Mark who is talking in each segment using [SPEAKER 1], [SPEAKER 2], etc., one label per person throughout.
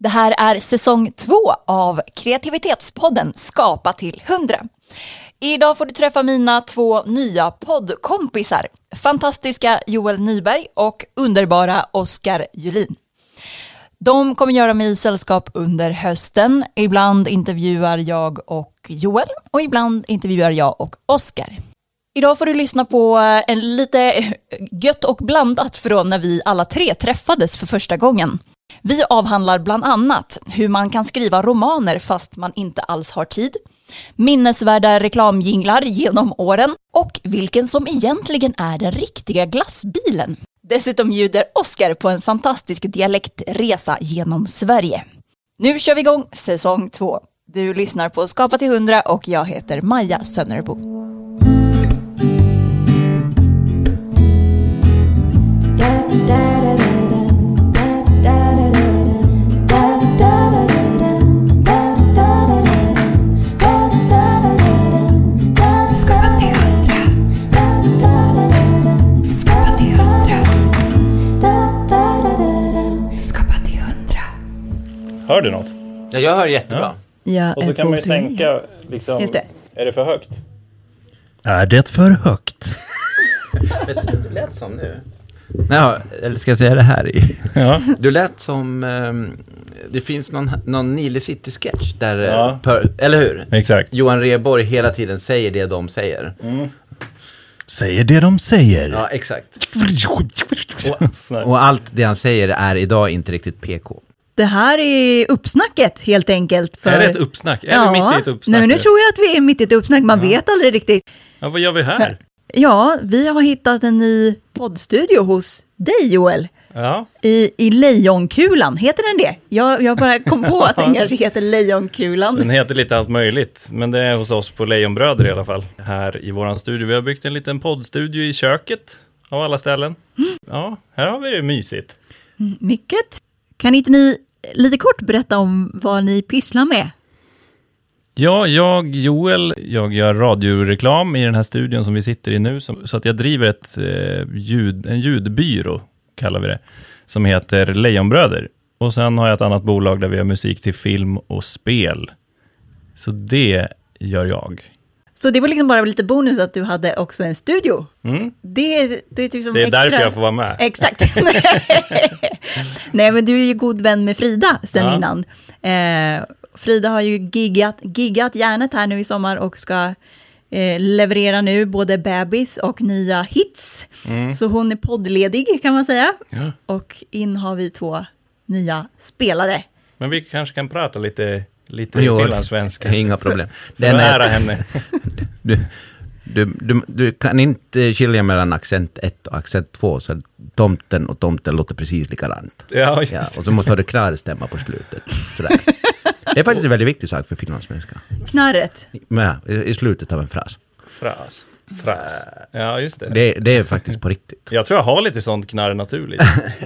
[SPEAKER 1] Det här är säsong 2 av kreativitetspodden Skapa till 100. Idag får du träffa mina 2 nya poddkompisar. Fantastiska Joel Nyberg och underbara Oskar Julin. De kommer göra mig sällskap under hösten. Ibland intervjuar jag och Joel och ibland intervjuar jag och Oskar. Idag får du lyssna på en lite gött och blandat från när vi alla 3 träffades för första gången. Vi avhandlar bland annat hur man kan skriva romaner fast man inte alls har tid, minnesvärda reklamjinglar genom åren och vilken som egentligen är den riktiga glassbilen. Dessutom bjuder Oskar på en fantastisk dialektresa genom Sverige. Nu kör vi igång säsong 2. Du lyssnar på Skapa till 100 och jag heter Maja Sönnerbo.
[SPEAKER 2] Hör du något?
[SPEAKER 3] Ja, jag hör jättebra.
[SPEAKER 1] Ja,
[SPEAKER 2] och så kan man ju sänka, liksom,
[SPEAKER 1] just det.
[SPEAKER 2] Är det för högt?
[SPEAKER 4] Är det för högt?
[SPEAKER 3] Vet du, du lät som nu. Ja, eller ska jag säga det här i?
[SPEAKER 2] Ja.
[SPEAKER 3] Du lät som, det finns någon Nile City-sketch där,
[SPEAKER 2] Ja.
[SPEAKER 3] eller hur?
[SPEAKER 2] Exakt.
[SPEAKER 3] Johan Rheborg hela tiden säger det de säger.
[SPEAKER 2] Mm.
[SPEAKER 4] Säger det de säger.
[SPEAKER 3] Ja, exakt.
[SPEAKER 2] Och
[SPEAKER 3] Och allt det han säger är idag inte riktigt PK.
[SPEAKER 1] Det här är uppsnacket helt enkelt. För...
[SPEAKER 2] Är det ett uppsnack? Är vi mitt i ett uppsnack?
[SPEAKER 1] Nej, men nu tror jag att vi är mitt i ett uppsnack. Man vet aldrig riktigt.
[SPEAKER 2] Ja, vad gör vi här?
[SPEAKER 1] Ja, vi har hittat en ny poddstudio hos dig, Joel.
[SPEAKER 2] Ja.
[SPEAKER 1] I Lejonkulan. Heter den det? Jag bara kom på att den kanske heter Lejonkulan.
[SPEAKER 2] Den heter lite allt möjligt, men det är hos oss på Lejonbröder i alla fall. Här i våran studio. Vi har byggt en liten poddstudio i köket av alla ställen. Ja, här har vi det mysigt.
[SPEAKER 1] Mycket. Kan inte ni lite kort berätta om vad ni pysslar med?
[SPEAKER 2] Ja, Joel, jag gör radioreklam i den här studion som vi sitter i nu. Så att jag driver en ljudbyrå, kallar vi det, som heter Lejonbröder. Och sen har jag ett annat bolag där vi har musik till film och spel. Så det gör jag.
[SPEAKER 1] Så det var liksom bara lite bonus att du hade också en studio.
[SPEAKER 2] Mm.
[SPEAKER 1] Det är typ som
[SPEAKER 2] Det är
[SPEAKER 1] extra.
[SPEAKER 2] därför jag får vara med.
[SPEAKER 1] Exakt. Nej, men du är ju god vän med Frida sen innan. Frida har ju giggat hjärnet här nu i sommar och ska leverera nu både bebis och nya hits. Så hon är poddledig kan man säga.
[SPEAKER 2] Ja.
[SPEAKER 1] Och in har vi 2 nya spelare.
[SPEAKER 2] Men vi kanske kan prata lite
[SPEAKER 3] Jo,
[SPEAKER 2] finlandssvenska.
[SPEAKER 3] Inga problem.
[SPEAKER 2] För att ära henne.
[SPEAKER 3] Du kan inte skilja mellan accent 1 och accent 2, så tomten och tomten låter precis likadant.
[SPEAKER 2] Ja, just
[SPEAKER 3] Ja, och så måste ha det klar stämma på slutet. Sådär. Det är faktiskt en väldigt viktig sak för finlandssvenska.
[SPEAKER 1] Knarret.
[SPEAKER 3] Men i slutet av en fras.
[SPEAKER 2] Fras. Ja, just det.
[SPEAKER 3] Det är faktiskt på riktigt.
[SPEAKER 2] Jag tror jag har lite sånt knarr naturligt.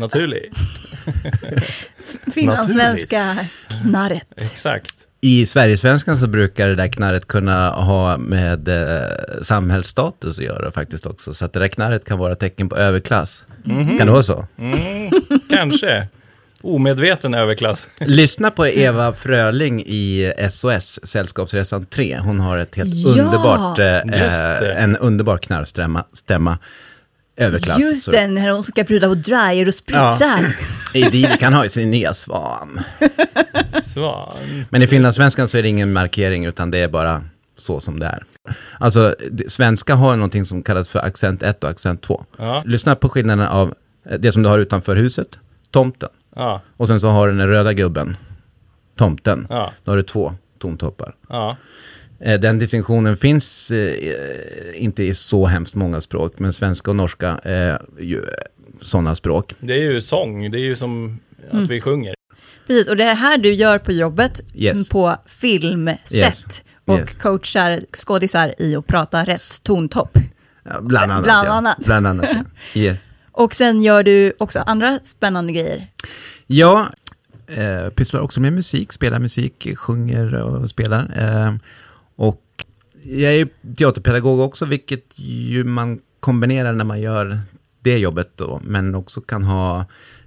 [SPEAKER 1] Finlandssvenska knarret.
[SPEAKER 2] Exakt.
[SPEAKER 3] I Sverigesvenskan så brukar det där knarret kunna ha med samhällsstatus att göra faktiskt också. Så att det där knarret kan vara tecken på överklass. Kan det vara så?
[SPEAKER 2] Kanske. Omedveten överklass.
[SPEAKER 3] Lyssna på Eva Fröling i SOS, Sällskapsresan 3. Hon har ett helt underbart, en underbar knarrstämma. Överklass.
[SPEAKER 1] Just det, när hon ska pruta på dryer och spritsa.
[SPEAKER 3] Ja. Det kan ha i sin nya Svan.
[SPEAKER 2] Svan.
[SPEAKER 3] Men i finlandssvenskan så är det ingen markering, utan det är bara så som det är. Alltså, svenska har någonting som kallas för accent 1 och accent 2.
[SPEAKER 2] Ja.
[SPEAKER 3] Lyssna på skillnaden av det som du har utanför huset, tomten.
[SPEAKER 2] Ja.
[SPEAKER 3] Och sen så har du den röda gubben, tomten.
[SPEAKER 2] Ja.
[SPEAKER 3] Då har du 2 tomtoppar.
[SPEAKER 2] Ja.
[SPEAKER 3] Den distinktionen finns inte i så hemskt många språk, men svenska och norska är ju sådana språk.
[SPEAKER 2] Det är ju sång, det är ju som att vi sjunger.
[SPEAKER 1] Precis, och det är här du gör på jobbet på filmsätt och coachar skådisar i att prata rätt tontopp.
[SPEAKER 3] Ja, bland annat. Yes.
[SPEAKER 1] Och sen gör du också andra spännande grejer.
[SPEAKER 3] Ja, pysslar också med musik, spelar musik, sjunger och spelar. Och jag är teaterpedagog också, vilket ju man kombinerar när man gör det jobbet då, men också kan ha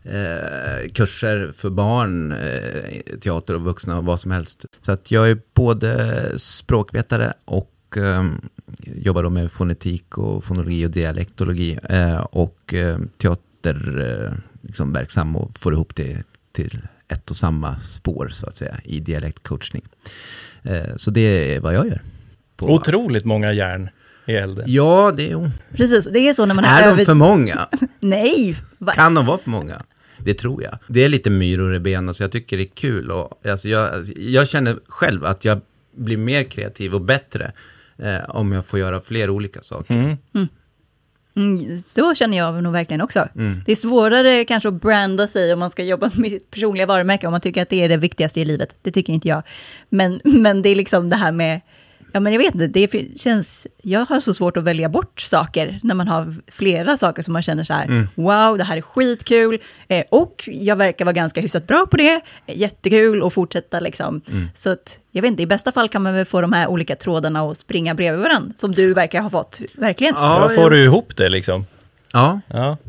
[SPEAKER 3] kurser för barn, teater och vuxna och vad som helst. Så att jag är både språkvetare och jobbar då med fonetik och fonologi och dialektologi och teater liksom verksam och får ihop det till ett och samma spår så att säga i dialektcoachning. Så det är vad jag gör.
[SPEAKER 2] Otroligt många järn i elden.
[SPEAKER 3] Ja, det är
[SPEAKER 1] Precis, det är så när man
[SPEAKER 3] är de för många?
[SPEAKER 1] Nej!
[SPEAKER 3] Kan de vara för många? Det tror jag. Det är lite myror i benen så jag tycker det är kul. Och, alltså, jag känner själv att jag blir mer kreativ och bättre om jag får göra fler olika saker.
[SPEAKER 1] Så känner jag nog verkligen också. Det är svårare kanske att branda sig om man ska jobba med personliga varumärken om man tycker att det är det viktigaste i livet. Det tycker inte jag. Men det är liksom det här med, ja men jag vet inte, det känns, jag har så svårt att välja bort saker när man har flera saker som man känner så här, wow, det här är skitkul och jag verkar vara ganska hyfsat bra på det, jättekul och fortsätta liksom. Så att, jag vet inte, i bästa fall kan man väl få de här olika trådarna och springa bredvid varandra, som du verkar ha fått, verkligen.
[SPEAKER 2] Ja, får du ihop det liksom?
[SPEAKER 3] Ja.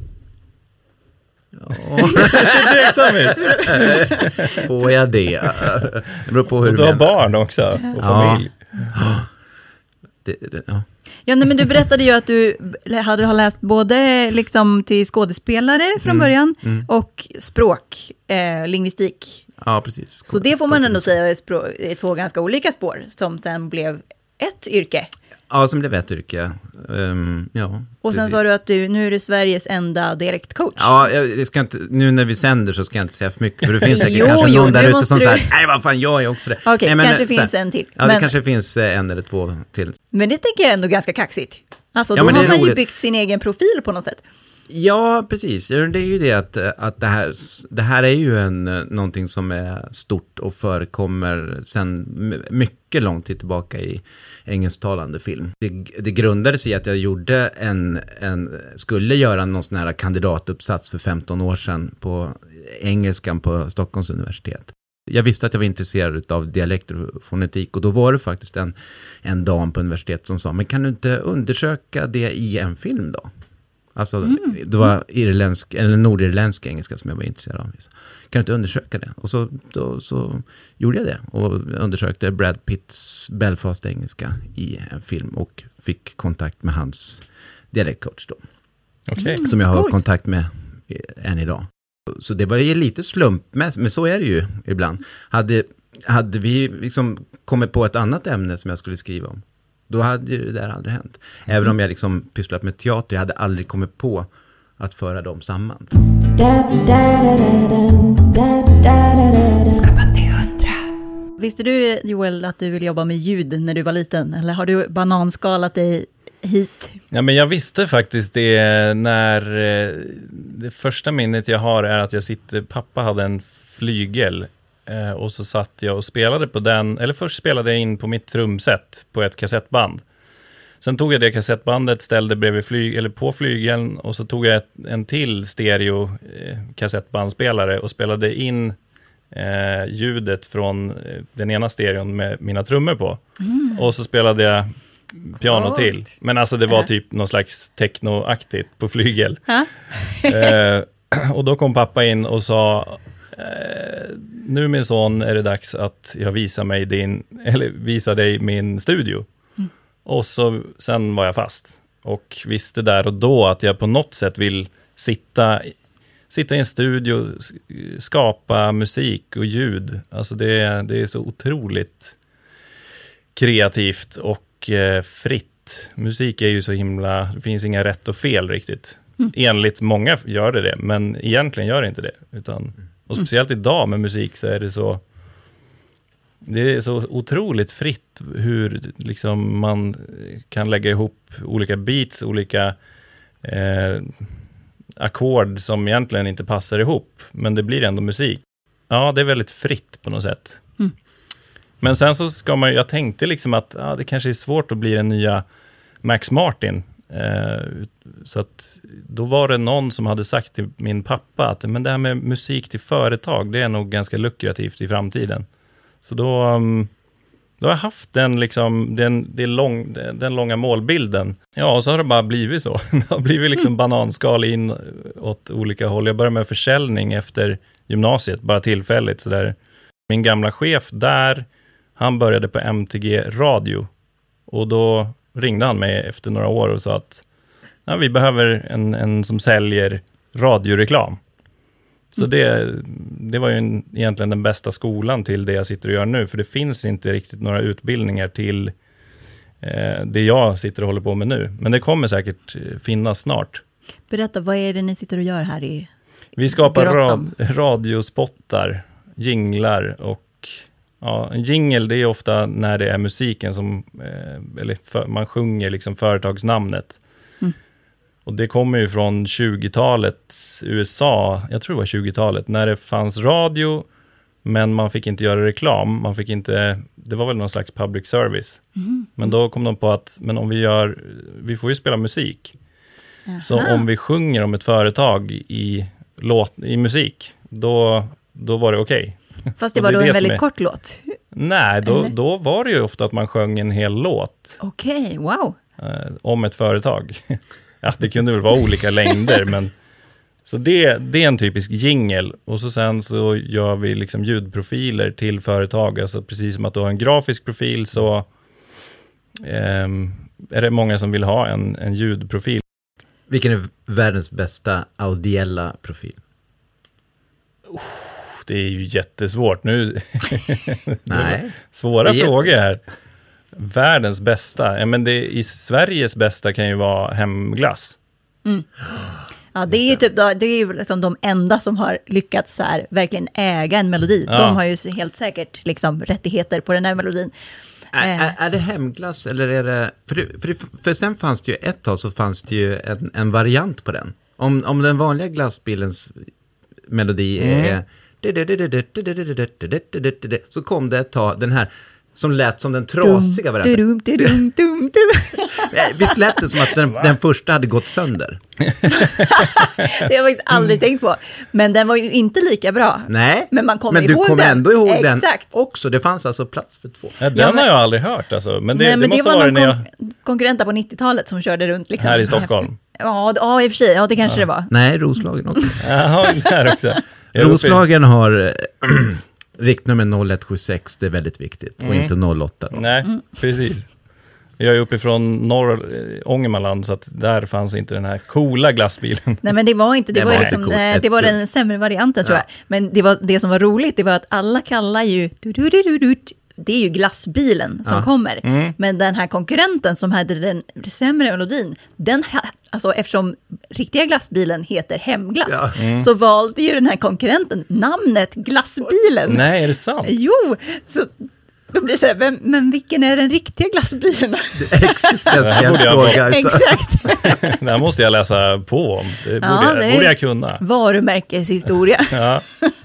[SPEAKER 3] Får jag det? Det beror på hur
[SPEAKER 2] du har barn också och familj.
[SPEAKER 1] Ja, nej, men du berättade ju att du har läst både liksom till skådespelare från början och språk, lingvistik.
[SPEAKER 3] Ja, precis.
[SPEAKER 1] Så det får man ändå säga är två ganska olika spår som sen blev ett yrke.
[SPEAKER 3] Ja, som blev ett yrke. Ja,
[SPEAKER 1] och sen sa du att nu är du Sveriges enda dialektcoach.
[SPEAKER 3] Ja, jag ska inte, nu när vi sänder så ska jag inte säga för mycket. För det finns säkert kanske någon där ute som säger, nej vad fan, jag är också det.
[SPEAKER 1] Okej,
[SPEAKER 3] nej,
[SPEAKER 1] kanske finns en till.
[SPEAKER 3] Ja, det kanske finns en eller två till.
[SPEAKER 1] Men det tänker jag ändå ganska kaxigt. Alltså,
[SPEAKER 3] ja,
[SPEAKER 1] då har man
[SPEAKER 3] roligt.
[SPEAKER 1] ju byggt sin egen profil på något sätt.
[SPEAKER 3] Ja, precis. Det är ju det att det här är ju någonting som är stort och förekommer sedan mycket lång tid tillbaka i engelsktalande film. Det grundade sig i att jag gjorde skulle göra någon sån här kandidatuppsats för 15 år sedan på engelskan på Stockholms universitet. Jag visste att jag var intresserad av dialekt och fonetik och då var det faktiskt en dam på universitetet som sa, men kan du inte undersöka det i en film då? Alltså, det var irländsk eller nordirländsk engelska som jag var intresserad av. Kan du inte undersöka det? Och så gjorde jag det. Och undersökte Brad Pitts Belfast-engelska i en film och fick kontakt med hans dialektcoach då.
[SPEAKER 2] Okay.
[SPEAKER 3] Som jag har kontakt med än idag. Så det var ju lite slumpmässigt, men så är det ju ibland. Hade vi liksom kommit på ett annat ämne som jag skulle skriva om, då hade det där aldrig hänt. Även om jag liksom pysslat med teater, jag hade aldrig kommit på att föra dem samman.
[SPEAKER 1] Visste du, Joel, att du ville jobba med ljud när du var liten? Eller har du bananskalat dig hit?
[SPEAKER 2] Ja, men jag visste faktiskt det när det första minnet jag har är att pappa hade en flygel och så satt jag och spelade på den, eller först spelade jag in på mitt trumset på ett kassettband. Sen tog jag det kassettbandet, ställde bredvid på flygeln och så tog jag en till stereo kassettbandspelare och spelade in ljudet från den ena stereon med mina trummor på. Och så spelade jag piano till. Men alltså det var typ någon slags technoaktigt på flygel. Och då kom pappa in och sa, nu min son är det dags att jag visar dig min studio. Och så sen var jag fast och visste där och då att jag på något sätt vill sitta i en studio, skapa musik och ljud. Alltså det är så otroligt kreativt och fritt. Musik är ju så himla, det finns inga rätt och fel riktigt. Enligt många gör det, men egentligen gör det inte det. Och speciellt idag med musik så är det är så otroligt fritt hur liksom man kan lägga ihop olika beats, olika ackord som egentligen inte passar ihop, men det blir ändå musik. Ja, det är väldigt fritt på något sätt. Men sen så jag tänkte liksom att det kanske är svårt att bli den nya Max Martin. Så att då var det någon som hade sagt till min pappa att men det här med musik till företag, det är nog ganska lukrativt i framtiden. Så Då har jag haft den långa målbilden. Ja, och så har det bara blivit så. Det har blivit liksom bananskal in åt olika håll. Jag började med försäljning efter gymnasiet, bara tillfälligt. Så där. Min gamla chef där, han började på MTG Radio. Och då ringde han mig efter några år och sa att vi behöver en som säljer radioreklam. Så det var ju egentligen den bästa skolan till det jag sitter och gör nu. För det finns inte riktigt några utbildningar till det jag sitter och håller på med nu. Men det kommer säkert finnas snart.
[SPEAKER 1] Berätta, vad är det ni sitter och gör här i
[SPEAKER 2] Vi skapar
[SPEAKER 1] grottan?
[SPEAKER 2] radiospottar, jinglar och en jingle, det är ofta när det är musiken som man sjunger liksom företagsnamnet. Och det kommer ju från 20-talets USA, jag tror det var 20-talet, när det fanns radio, men man fick inte göra reklam. Det var väl någon slags public service. Men då kom de på att, men om vi får ju spela musik. Så om vi sjunger om ett företag i musik, då var det okej.
[SPEAKER 1] Fast det var då en väldigt kort låt.
[SPEAKER 2] Nej, då var det ju ofta att man sjöng en hel låt.
[SPEAKER 1] Okej, wow.
[SPEAKER 2] Om ett företag. Ja, det kunde väl vara olika längder, men så det är en typisk jingle. Och sen så gör vi liksom ljudprofiler till företag. Alltså precis som att du har en grafisk profil, så är det många som vill ha en ljudprofil.
[SPEAKER 3] Vilken är världens bästa audiella profil?
[SPEAKER 2] Det är ju jättesvårt nu.
[SPEAKER 3] Nej.
[SPEAKER 2] Svåra frågor här. Världens bästa. Men i Sveriges bästa kan ju vara Hemglass.
[SPEAKER 1] Ja, det är ju typ det är ju liksom de enda som har lyckats så här, verkligen äga en melodi.
[SPEAKER 2] Ja.
[SPEAKER 1] De har ju helt säkert liksom rättigheter på den här melodin.
[SPEAKER 3] Är det Hemglass eller är det... För sen fanns det ju ett tag, så fanns det ju en variant på den. Om den vanliga glassbilens melodi är... Så kom det ett tag den här som lät som den trasiga varianten. Visst lät det som att den första hade gått sönder?
[SPEAKER 1] Det har jag faktiskt aldrig tänkt på. Men den var ju inte lika bra.
[SPEAKER 3] Nej,
[SPEAKER 1] men man kommer
[SPEAKER 3] men
[SPEAKER 1] ihåg
[SPEAKER 3] du kommer ändå ihåg
[SPEAKER 1] Exakt.
[SPEAKER 3] den också. Det fanns alltså plats för 2.
[SPEAKER 2] Ja, den har jag aldrig hört alltså. Men det måste
[SPEAKER 1] var
[SPEAKER 2] vara
[SPEAKER 1] någon konkurrenter på 90-talet som körde runt. Liksom,
[SPEAKER 2] här i Stockholm.
[SPEAKER 1] Ja, i och för sig. Ja, det kanske det var.
[SPEAKER 3] Nej, Roslagen också.
[SPEAKER 2] Jaha, här också.
[SPEAKER 3] Roslagen har riktnummer 0176, det är väldigt viktigt. Och inte 08 då.
[SPEAKER 2] Nej, precis. Jag är uppifrån Ångermanland, så att där fanns inte den här coola glassbilen.
[SPEAKER 1] Nej, men det var inte. Det var den sämre varianten, tror jag. Men det som var roligt, det var att alla kallar ju... Det är ju glassbilen som kommer. Men den här konkurrenten som hade den sämre melodin, alltså eftersom riktiga glassbilen heter Hemglass, så valde ju den här konkurrenten namnet Glassbilen.
[SPEAKER 2] Nej, är det sant?
[SPEAKER 1] Jo, så då blir det så här, men vilken är den riktiga glassbilen?
[SPEAKER 3] Existentiell fråga.
[SPEAKER 1] Exakt.
[SPEAKER 2] Det här måste jag läsa på om. Det borde jag kunna.
[SPEAKER 1] Varumärkeshistoria.
[SPEAKER 2] Ja.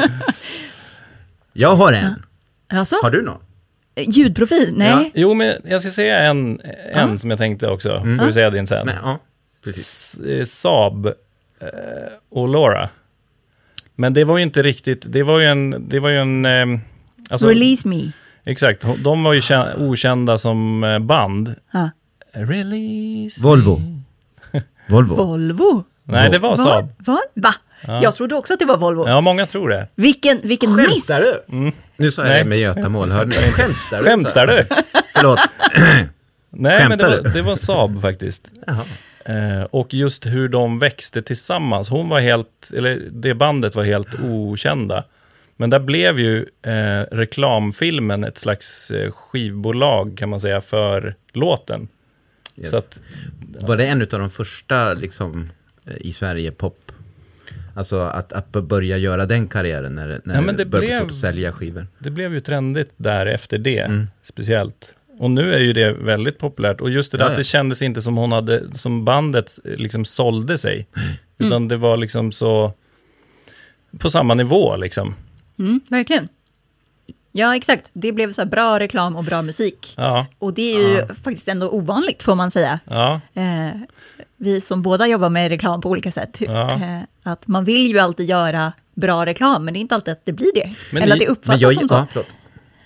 [SPEAKER 3] Jag har en.
[SPEAKER 1] Alltså?
[SPEAKER 3] Har du någon?
[SPEAKER 1] Ljudprofil? Nej.
[SPEAKER 2] Ja. Jo, men jag ska säga en som jag tänkte också. Får du säga din sen?
[SPEAKER 3] Nej, ja, precis.
[SPEAKER 2] Saab och Laura. Men det var ju inte riktigt... Det var ju en alltså,
[SPEAKER 1] Release Me.
[SPEAKER 2] Exakt. De var ju okända som band. Release
[SPEAKER 3] Volvo.
[SPEAKER 2] Me.
[SPEAKER 1] Volvo?
[SPEAKER 2] Nej, det var Saab.
[SPEAKER 1] Va? Ja. Jag trodde också att det var Volvo.
[SPEAKER 2] Ja, många tror det.
[SPEAKER 1] Vilken miss!
[SPEAKER 3] Skämtar du? Nu sa jag det med Götamål. Hörde ni?
[SPEAKER 2] Skämtar du?
[SPEAKER 3] Förlåt.
[SPEAKER 2] Nej, men det var Saab faktiskt. Och just hur de växte tillsammans. Det bandet var helt okända. Men där blev ju reklamfilmen ett slags skivbolag, kan man säga, för låten.
[SPEAKER 3] Yes.
[SPEAKER 2] Så att,
[SPEAKER 3] var det en av de första liksom, i Sverige pop? Alltså att börja göra den karriären när det började svårt att sälja skivor.
[SPEAKER 2] Det blev ju trendigt där efter det, speciellt. Och nu är ju det väldigt populärt. Och just det där att det kändes inte som bandet liksom sålde sig. Utan det var liksom så på samma nivå liksom.
[SPEAKER 1] Verkligen. Ja, exakt. Det blev så här bra reklam och bra musik.
[SPEAKER 2] Ja.
[SPEAKER 1] Och det är ju faktiskt ändå ovanligt, får man säga.
[SPEAKER 2] Ja.
[SPEAKER 1] Vi som båda jobbar med reklam på olika sätt. Att man vill ju alltid göra bra reklam, men det är inte alltid att det blir det. Eller att det uppfattas som så.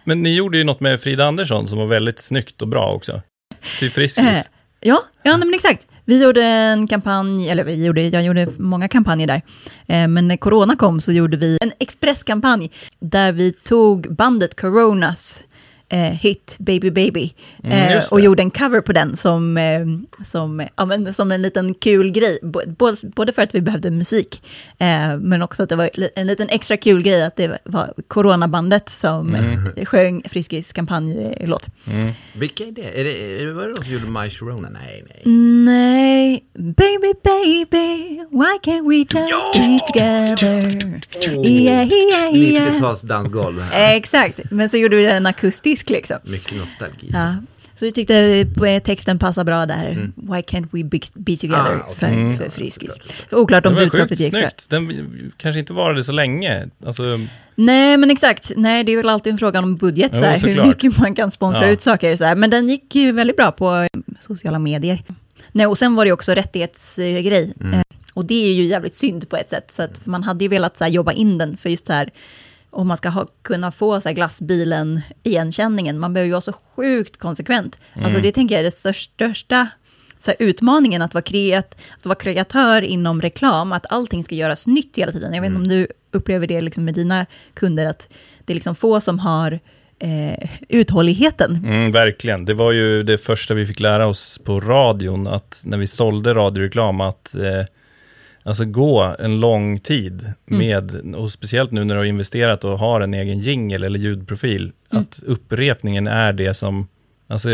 [SPEAKER 2] Men ni gjorde ju något med Frida Andersson som var väldigt snyggt och bra också. Till Friskis.
[SPEAKER 1] Ja, men exakt. Vi gjorde en kampanj, jag gjorde många kampanjer där. Men när corona kom så gjorde vi en expresskampanj där vi tog bandet Coronas hit Baby Baby och gjorde en cover på den som en liten kul grej. Både för att vi behövde musik men också att det var en liten extra kul grej att det var coronabandet som sjöng Friskis kampanjlåt.
[SPEAKER 3] Vilka är det? Är det vad det som gjorde My Sharona? Nej.
[SPEAKER 1] Nej, baby, baby, why can't we just be together? Yeah.
[SPEAKER 3] 90-tals dansgolv.
[SPEAKER 1] Exakt, men så gjorde vi en akustisk liksom.
[SPEAKER 3] Mycket nostalgi.
[SPEAKER 1] Ja, så vi tyckte texten passar bra där. Why can't we be together för Friskis. Oklart om budskapet gick rätt.
[SPEAKER 2] Den kanske inte varade så länge. Alltså...
[SPEAKER 1] Nej, men exakt. Nej, det är väl alltid en fråga om budget, så här, hur mycket man kan sponsra ut saker. Så här. Men den gick ju väldigt bra på sociala medier. Nej, och sen var det också rättighetsgrej. Och det är ju jävligt synd på ett sätt. Så att man hade ju velat så här, jobba in den för just så här, om man ska kunna få så här, glassbilen igenkänningen. Man behöver ju vara så sjukt konsekvent. Alltså det tänker jag är det största så här, utmaningen att vara kreatör inom reklam. Att allting ska göras nytt hela tiden. Jag vet inte om du upplever det liksom, med dina kunder. Att det är liksom få som har uthålligheten.
[SPEAKER 2] Verkligen. Det var ju det första vi fick lära oss på radion. Att när vi sålde radioreklam att... Alltså gå en lång tid med, och speciellt nu när du har investerat och har en egen jingle eller ljudprofil, att upprepningen är det som, alltså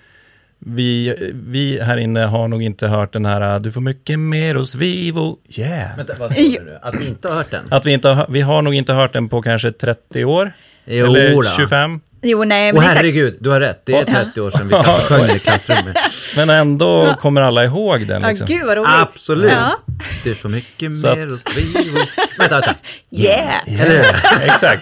[SPEAKER 2] vi här inne har nog inte hört den här, du får mycket mer hos Vivo,
[SPEAKER 3] Vänta, vad sa du nu? Att vi inte har hört den?
[SPEAKER 2] Vi har nog inte hört den på kanske 30 år,
[SPEAKER 3] Jo,
[SPEAKER 2] eller
[SPEAKER 3] då.
[SPEAKER 2] 25.
[SPEAKER 1] Jo, nej, men
[SPEAKER 3] herregud, du har rätt. Det är 30 år sedan vi sjöng i klassrummet.
[SPEAKER 2] Men ändå kommer alla ihåg den. Liksom.
[SPEAKER 1] Gud vad roligt.
[SPEAKER 3] Absolut.
[SPEAKER 1] Ja.
[SPEAKER 3] Det är för mycket
[SPEAKER 2] Så
[SPEAKER 3] mer hos Vivo. Vänta.
[SPEAKER 1] Yeah.
[SPEAKER 2] Exakt.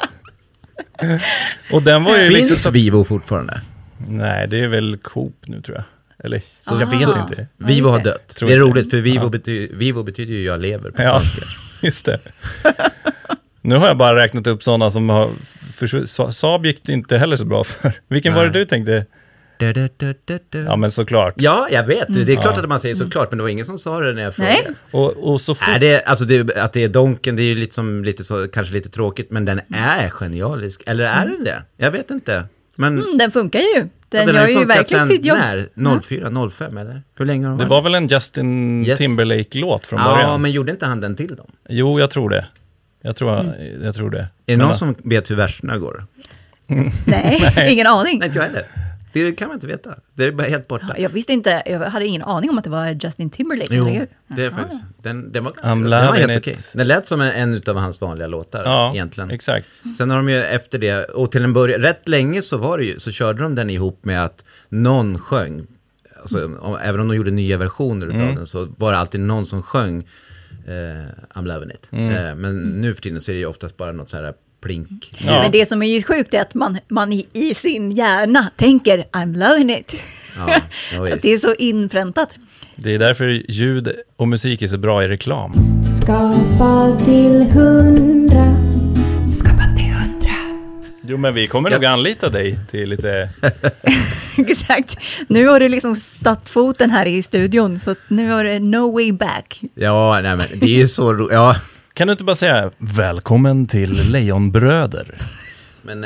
[SPEAKER 2] Och den var ju
[SPEAKER 3] Finns
[SPEAKER 2] liksom...
[SPEAKER 3] Vivo fortfarande?
[SPEAKER 2] Nej, det är väl Coop nu tror jag. Eller, så jag vet inte.
[SPEAKER 3] Vivo har dött.
[SPEAKER 2] Tror
[SPEAKER 3] det är
[SPEAKER 2] jag.
[SPEAKER 3] roligt, för Vivo betyder ju jag lever på svenska.
[SPEAKER 2] Just det. Nu har jag bara räknat upp sådana som har... Saab gick det inte heller så bra för. Vilken var det du tänkte? Ja, men såklart.
[SPEAKER 3] Ja, jag vet. Det är klart att man säger såklart, men det var ingen som sa det när jag frågade.
[SPEAKER 1] Nej.
[SPEAKER 2] Och så fort...
[SPEAKER 3] Att det är Donken, det är ju lite så, kanske lite tråkigt, men den är genialisk. Eller är den det? Jag vet inte. Men
[SPEAKER 1] Den funkar ju. Den
[SPEAKER 3] har
[SPEAKER 1] gör ju verkligen sitt jobb.
[SPEAKER 3] När? 04, 05 eller? Hur länge har de
[SPEAKER 2] Det var väl en Justin Timberlake-låt från början?
[SPEAKER 3] Ja, men gjorde inte han den till dem?
[SPEAKER 2] Jo, jag tror det. Jag tror det.
[SPEAKER 3] Är det någon som vet hur verserna går?
[SPEAKER 1] Nej, ingen aning.
[SPEAKER 3] Nej, inte jag heller. Det kan man inte veta. Det är bara helt borta.
[SPEAKER 1] Jag visste inte, jag hade ingen aning om att det var Justin Timberlake.
[SPEAKER 3] Jo, det är faktiskt. Den var
[SPEAKER 2] helt
[SPEAKER 3] okej. Den lät som en av hans vanliga låtar egentligen.
[SPEAKER 2] Exakt.
[SPEAKER 3] Sen har de ju efter det, och till en början, rätt länge så körde de den ihop med att någon sjöng. Alltså, även om de gjorde nya versioner av den, så var det alltid någon som sjöng I'm loving it. Men nu för tiden så är det ju oftast bara något så här plink.
[SPEAKER 1] Ja. Men det som är ju sjukt är att man i sin hjärna tänker I'm loving it.
[SPEAKER 3] Ja,
[SPEAKER 1] att det är så inpräntat.
[SPEAKER 2] Det är därför ljud och musik är så bra i reklam.
[SPEAKER 5] Skapa till 100. Skapa till 100.
[SPEAKER 2] Jo, men vi kommer nog anlita dig till lite...
[SPEAKER 1] Exakt. Nu har du liksom satt foten här i studion, så nu har det no way back.
[SPEAKER 3] Ja, nej men det är ju så... Ja.
[SPEAKER 2] Kan du inte bara säga välkommen till Lejonbröder?
[SPEAKER 3] Men...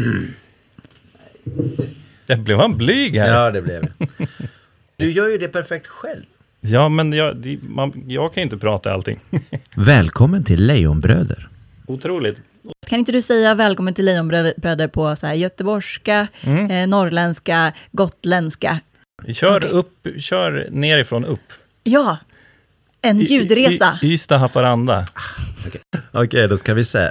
[SPEAKER 2] Det blev han blyg här.
[SPEAKER 3] Ja, det blev det. Du gör ju det perfekt själv.
[SPEAKER 2] Ja, men jag kan inte prata allting.
[SPEAKER 3] Välkommen till Lejonbröder.
[SPEAKER 2] Otroligt.
[SPEAKER 1] Kan inte du säga välkommen till Lejonbröder på så här göteborgska, norrländska, gotländska?
[SPEAKER 2] Kör nerifrån upp.
[SPEAKER 1] Ja, en ljudresa.
[SPEAKER 2] Ystad, Haparanda.
[SPEAKER 3] Okej, då ska vi se.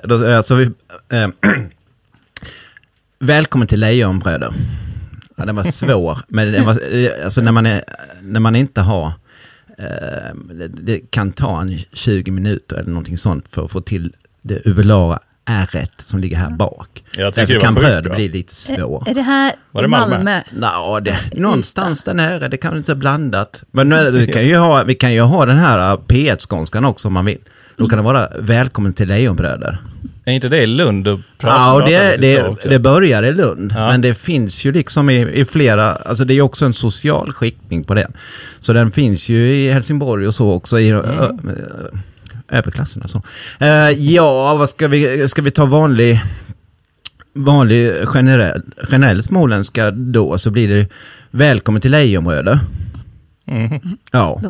[SPEAKER 3] Välkommen till Lejonbröder. Ja, den var svår. Men den var, alltså när man inte har... det kan ta 20 minuter eller någonting sånt för att få till det uvulara ärret som ligger här bak.
[SPEAKER 2] Jag tycker
[SPEAKER 3] därför kan bröd bli lite svår.
[SPEAKER 1] Är det här
[SPEAKER 2] var det
[SPEAKER 1] i Malmö?
[SPEAKER 3] Ja, någonstans där nere. Det kan inte blandat. Men vi kan ju ha den här P1-skånskan också om man vill. Då kan det vara välkommen till Lejonbröder.
[SPEAKER 2] Är inte det i Lund? Och
[SPEAKER 3] Ja, och det börjar i Lund.
[SPEAKER 2] Ja.
[SPEAKER 3] Men det finns ju liksom i flera, alltså det är ju också en social skiktning på det. Så den finns ju i Helsingborg och så också i överklasserna. Så. Ja, vad ska vi ta vanlig generell småländska då, så blir det välkommen till Lejonbröder. Ja.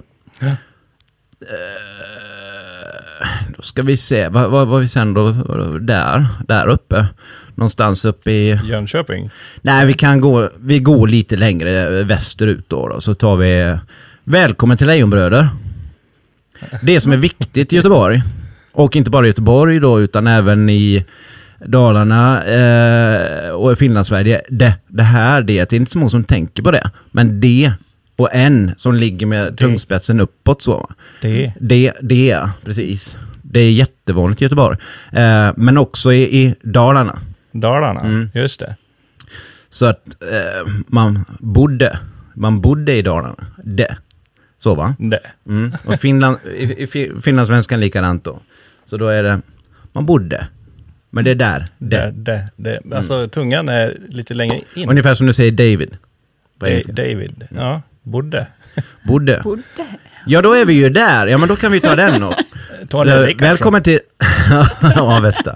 [SPEAKER 3] Då ska vi se, vad vi sen då där uppe, någonstans uppe i
[SPEAKER 2] Jönköping?
[SPEAKER 3] Nej, vi går lite längre västerut då, så tar vi välkommen till Lejonbröder. Det som är viktigt i Göteborg, och inte bara i Göteborg då, utan även i Dalarna och i Finlandssverige, det här, det är inte så många som tänker på det, men det och en som ligger med tungspetsen uppåt så. Det, precis. Det är jättevanligt i Göteborg. Men också i Dalarna.
[SPEAKER 2] Dalarna, just det.
[SPEAKER 3] Så att man bodde i Dalarna. Det. Så va?
[SPEAKER 2] Det.
[SPEAKER 3] Och i finlandssvenskan likadant då. Så då är det, man bodde. Men det är där.
[SPEAKER 2] Det. Alltså tungan är lite längre in.
[SPEAKER 3] Ungefär som du säger David.
[SPEAKER 2] David, ja. Bodde. Ja,
[SPEAKER 3] då är vi ju där. Ja, men då kan vi ta den då. Välkommen till Avesta.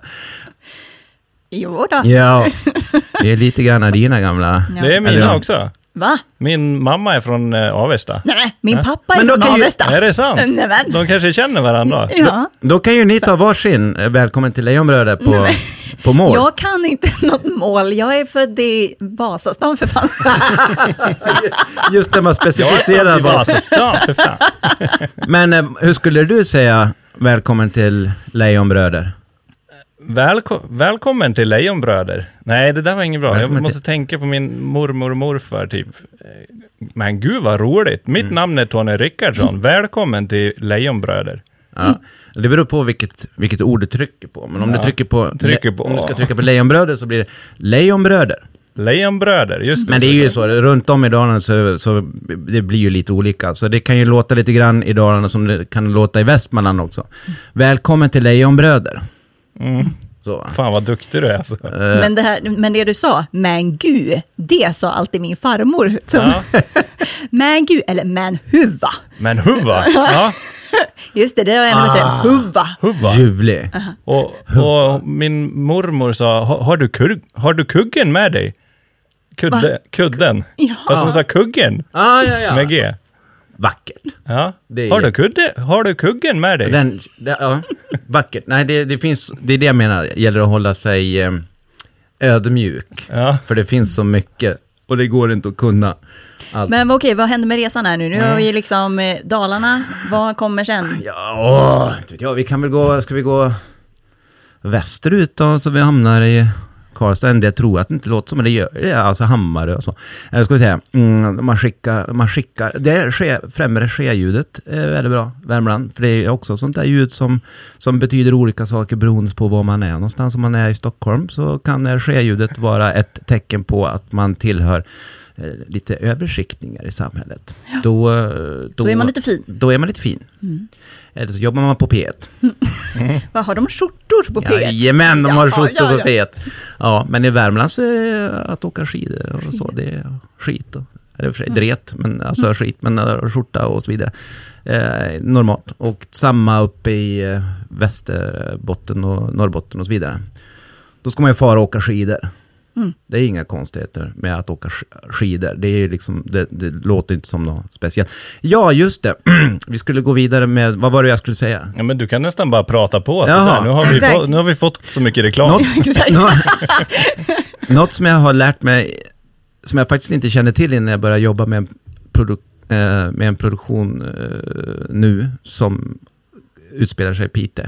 [SPEAKER 1] Jo då.
[SPEAKER 3] Ja, det är lite grann dina gamla.
[SPEAKER 1] Ja.
[SPEAKER 2] Det är mina också.
[SPEAKER 1] Va?
[SPEAKER 2] Min mamma är från Avesta.
[SPEAKER 1] Nej, min pappa är från Avesta.
[SPEAKER 2] Är det sant?
[SPEAKER 1] Nej,
[SPEAKER 2] de kanske känner varandra.
[SPEAKER 1] Ja.
[SPEAKER 3] Då kan ju ni ta varsin välkommen till Lejonbröder på mål.
[SPEAKER 1] Jag kan inte något mål. Jag är född i Vasastan för fan.
[SPEAKER 3] Just det, man specificerar
[SPEAKER 2] Vasastan för fan.
[SPEAKER 3] Men hur skulle du säga välkommen till Lejonbröder?
[SPEAKER 2] Välkommen till Lejonbröder. Nej, det där var inget bra. Jag måste tänka på min mormor och morfar typ. Men gud vad roligt. Mitt namn är Tony Rickardsson. Välkommen till Lejonbröder.
[SPEAKER 3] Ja, det beror på vilket ord du trycker på. Men om du trycker på om du ska trycka på Lejonbröder så blir det Lejonbröder.
[SPEAKER 2] Lejonbröder, just det.
[SPEAKER 3] Men det är ju så, runt om i Dalarna så det blir ju lite olika. Så det kan ju låta lite grann i Dalarna som det kan låta i Västmanland också. Välkommen till Lejonbröder. Så.
[SPEAKER 2] Fan vad duktig du är alltså.
[SPEAKER 1] Men det du sa, men gud, det sa alltid min farmor. Som, men gud, eller men huva.
[SPEAKER 2] Men huva, ja.
[SPEAKER 1] Just det har jag heter huva.
[SPEAKER 3] Ljuvlig.
[SPEAKER 2] Och min mormor sa, har du kuggen med dig? Kudden.
[SPEAKER 1] Ja.
[SPEAKER 2] Fast hon sa kuggen.
[SPEAKER 3] Ja.
[SPEAKER 2] Med G.
[SPEAKER 3] Vackert.
[SPEAKER 2] Ja. Har du kuggen med dig?
[SPEAKER 3] Ja, vackert. Nej, det finns, det är det jag menar. Det gäller att hålla sig ödmjuk.
[SPEAKER 2] Ja.
[SPEAKER 3] För det finns så mycket och det går inte att kunna allt.
[SPEAKER 1] Men okej, vad händer med resan här nu? Nu har vi liksom Dalarna. Vad kommer sen?
[SPEAKER 3] Ja, inte vet jag. Vi kan väl ska vi gå västerut då, så vi hamnar i Karlstad. Jag tror att det inte låter som, men det gör det. Alltså Hammarö och så. Eller ska vi säga, man skickar. Det främre ske-ljudet är väldigt bra, Värmland. För det är också sånt där ljud som betyder olika saker beroende på var man är någonstans. Om man är i Stockholm så kan ske-ljudet vara ett tecken på att man tillhör lite översiktningar i samhället.
[SPEAKER 1] Ja.
[SPEAKER 3] Då
[SPEAKER 1] är man lite fin.
[SPEAKER 3] Då är man lite fin. Eller så jobbar man på P1.
[SPEAKER 1] Vad har de skjortor på P1?
[SPEAKER 3] Jajamän, de har skjortor på P1. Ja, men i Värmland så är det att åka skidor och så. Det är skit. Eller för sig dret, men alltså skit, men skjorta och så vidare. Normalt. Och samma uppe i Västerbotten och Norrbotten och så vidare. Då ska man ju fara och åka skidor. Det är inga konstigheter med att åka skidor. Det är liksom, det låter inte som något speciellt. Ja, just det. Vi skulle gå vidare med, vad var det jag skulle säga?
[SPEAKER 2] Ja, men du kan nästan bara prata på. Nu har vi fått så mycket reklam.
[SPEAKER 3] Något som jag har lärt mig, som jag faktiskt inte kände till innan jag började jobba med en produktion nu som utspelar sig i Piteå.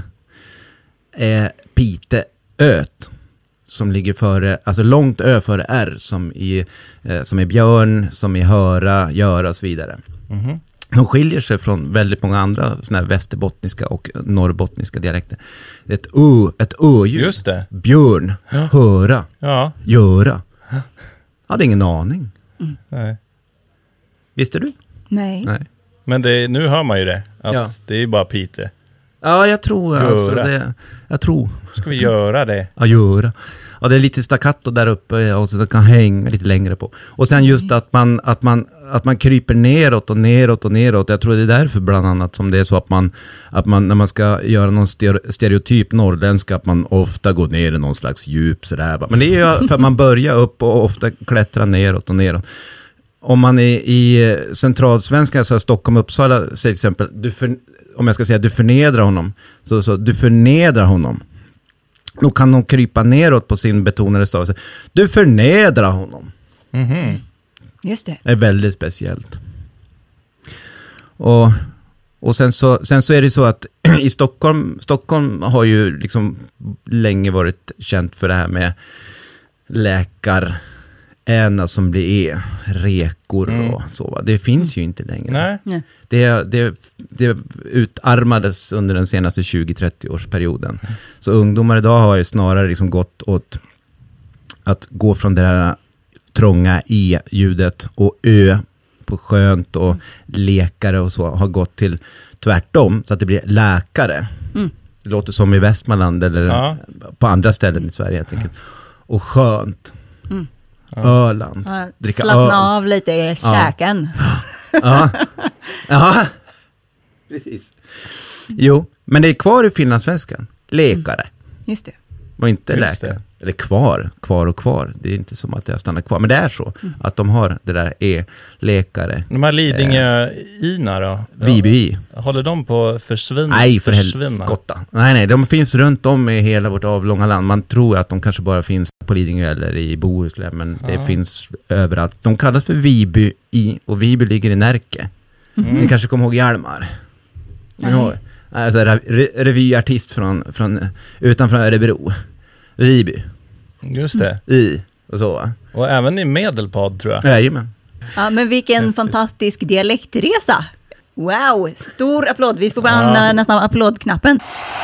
[SPEAKER 3] Piteåt. Som ligger före, alltså långt ö före R, som är björn, som är höra, göra och så vidare. De skiljer sig från väldigt många andra såna här västerbottniska och norrbottniska dialekter. Ett ö-ljud.
[SPEAKER 2] Just det.
[SPEAKER 3] Björn, höra, göra. Jag hade ingen aning.
[SPEAKER 2] Nej.
[SPEAKER 3] Visste du?
[SPEAKER 1] Nej.
[SPEAKER 2] Men nu hör man ju det. Att det är ju bara Piteå.
[SPEAKER 3] Ja, jag tror alltså
[SPEAKER 2] Göra.
[SPEAKER 3] det. Jag tror.
[SPEAKER 2] Ska vi göra det?
[SPEAKER 3] Ja, göra. Ja, det är lite staccato där uppe och så det kan hänga lite längre på. Och sen just att man kryper neråt och neråt och neråt. Jag tror det är därför bland annat som det är så att man när man ska göra någon stereotyp norrländska, att man ofta går ner i någon slags djup sådär. Men det är ju för att man börjar upp och ofta klättrar neråt och neråt. Om man är i centralsvenska, så Stockholm, Uppsala till exempel, om jag ska säga du förnedrar honom, så du förnedrar honom. Då kan de krypa neråt på sin betonade stavelse. Du förnedrar honom.
[SPEAKER 2] Mhm.
[SPEAKER 1] Just det.
[SPEAKER 3] Det är väldigt speciellt. Och sen så är det så att i Stockholm har ju liksom länge varit känt för det här med läkaräna som blir rekor och så. Va? Det finns ju inte längre.
[SPEAKER 2] Nej.
[SPEAKER 3] Det utarmades under den senaste 20-30 årsperioden. Så ungdomar idag har ju snarare liksom gått åt att gå från det här trånga E-ljudet och Ö på skönt och lekare och så, har gått till tvärtom så att det blir läkare. Det låter som i Västmanland eller på andra ställen i Sverige helt enkelt. Och skönt. Öland. Dricka
[SPEAKER 1] Slappna av lite i käken.
[SPEAKER 3] Ja, precis. Jo, men det är kvar i finlandssvenskan. Lekare.
[SPEAKER 1] Just det.
[SPEAKER 3] Och inte
[SPEAKER 2] Just
[SPEAKER 3] läkare.
[SPEAKER 2] det.
[SPEAKER 3] Eller kvar. Det är inte som att jag stannar kvar. Men det är så att de har det där läkare.
[SPEAKER 2] De här Lidingö-ina då?
[SPEAKER 3] Viby.
[SPEAKER 2] Håller de på att försvinna?
[SPEAKER 3] Nej, för helskotta. Nej, de finns runt om i hela vårt avlånga land. Man tror att de kanske bara finns på Lidingö eller i Bohuslän, men det finns överallt. De kallas för Viby och Viby ligger i Närke. Ni kanske kommer ihåg Hjalmar? Alltså revyartist från utanför Örebro. Viby.
[SPEAKER 2] Just det.
[SPEAKER 3] Och så, va?
[SPEAKER 2] Och även i Medelpad, tror jag.
[SPEAKER 3] Jajamän.
[SPEAKER 1] Ja, men vilken fantastisk dialektresa. Wow, stor applåd. Vi får använda nästan applådknappen.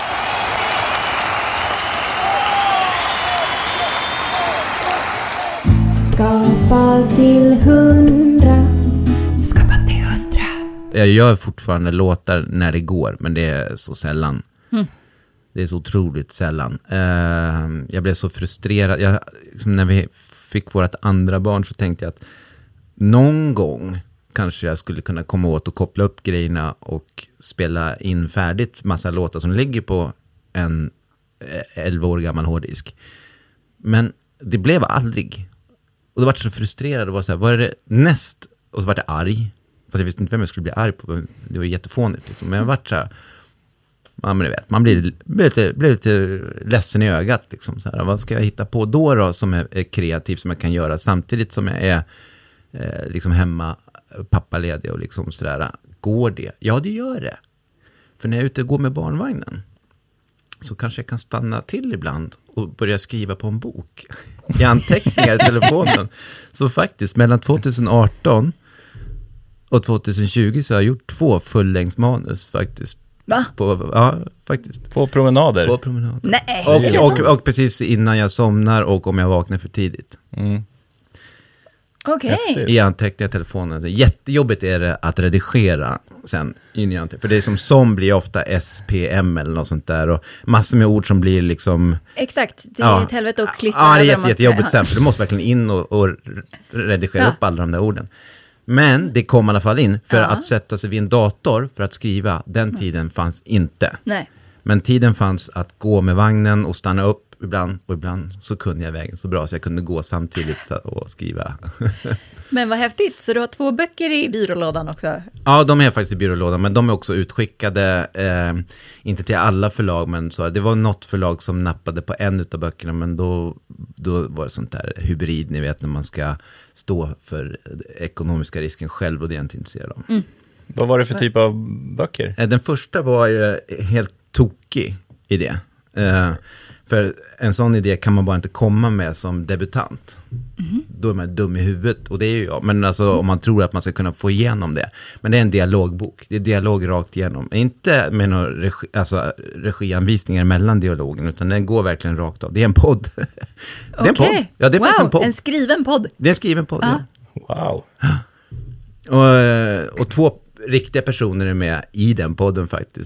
[SPEAKER 5] Skapa till 100. Skapa till 100.
[SPEAKER 3] Jag gör fortfarande låtar när det går, men det är så sällan. Det är så otroligt sällan. Jag blev så frustrerad. När vi fick vårt andra barn så tänkte jag att någon gång kanske jag skulle kunna komma åt och koppla upp grejerna och spela in färdigt massa låtar som ligger på en 11 år gammal hårddisk. Men det blev aldrig. Och då var jag så frustrerad och var så här, vad är det näst? Och så var jag arg. Fast jag visste inte vem jag skulle bli arg på. Det var jättefånigt liksom. Men jag var så här, ja, men du vet, man blir lite ledsen i ögat liksom, så här. Vad ska jag hitta på då som är kreativ, som jag kan göra samtidigt som jag är liksom hemma pappaledig och liksom sådär. Går det? Ja, det gör det. För när jag är ute och går med barnvagnen så kanske jag kan stanna till ibland och börja skriva på en bok i anteckningar i telefonen. Så faktiskt mellan 2018 och 2020 så har jag gjort 2 fullängdsmanus faktiskt.
[SPEAKER 1] Va?
[SPEAKER 3] Ja, faktiskt.
[SPEAKER 2] På promenader.
[SPEAKER 3] På promenader.
[SPEAKER 1] Nej.
[SPEAKER 3] Och precis innan jag somnar och om jag vaknar för tidigt.
[SPEAKER 1] Okej.
[SPEAKER 3] I anteckningar i telefonen. Jättejobbigt är det att redigera sen in i anteckningar. För det är som blir ofta SPM eller något sånt där. Och massor med ord som blir liksom...
[SPEAKER 1] Exakt, det är ett helvete att klistra
[SPEAKER 3] Ja, det
[SPEAKER 1] över
[SPEAKER 3] är jättejobbigt sen. För du måste verkligen in och redigera upp alla de där orden. Men det kom i alla fall in. För att sätta sig vid en dator för att skriva, den tiden fanns inte.
[SPEAKER 1] Nej.
[SPEAKER 3] Men tiden fanns att gå med vagnen och stanna upp ibland. Och ibland så kunde jag vägen så bra så jag kunde gå samtidigt och skriva.
[SPEAKER 1] Men vad häftigt, så du har 2 böcker i byrålådan också?
[SPEAKER 3] Ja, de är faktiskt i byrålådan, men de är också utskickade, inte till alla förlag, men så, det var något förlag som nappade på en av böckerna, men då var det sånt där hybrid, ni vet, när man ska stå för ekonomiska risken själv, och det är jag inte intresserad av.
[SPEAKER 2] Vad var det för typ av böcker?
[SPEAKER 3] Den första var ju helt tokig idé. För en sån idé kan man bara inte komma med som debutant. Då är man dum i huvudet, och det är ju jag. Men alltså om man tror att man ska kunna få igenom det. Men det är en dialogbok. Det är dialog rakt igenom. Inte med några regianvisningar mellan dialogen, utan den går verkligen rakt av. Det är en podd. Det är en podd. Ja, det är faktiskt en podd.
[SPEAKER 1] En skriven podd.
[SPEAKER 3] Det är en skriven podd, ja.
[SPEAKER 2] Wow.
[SPEAKER 3] Och 2 riktiga personer är med i den podden faktiskt.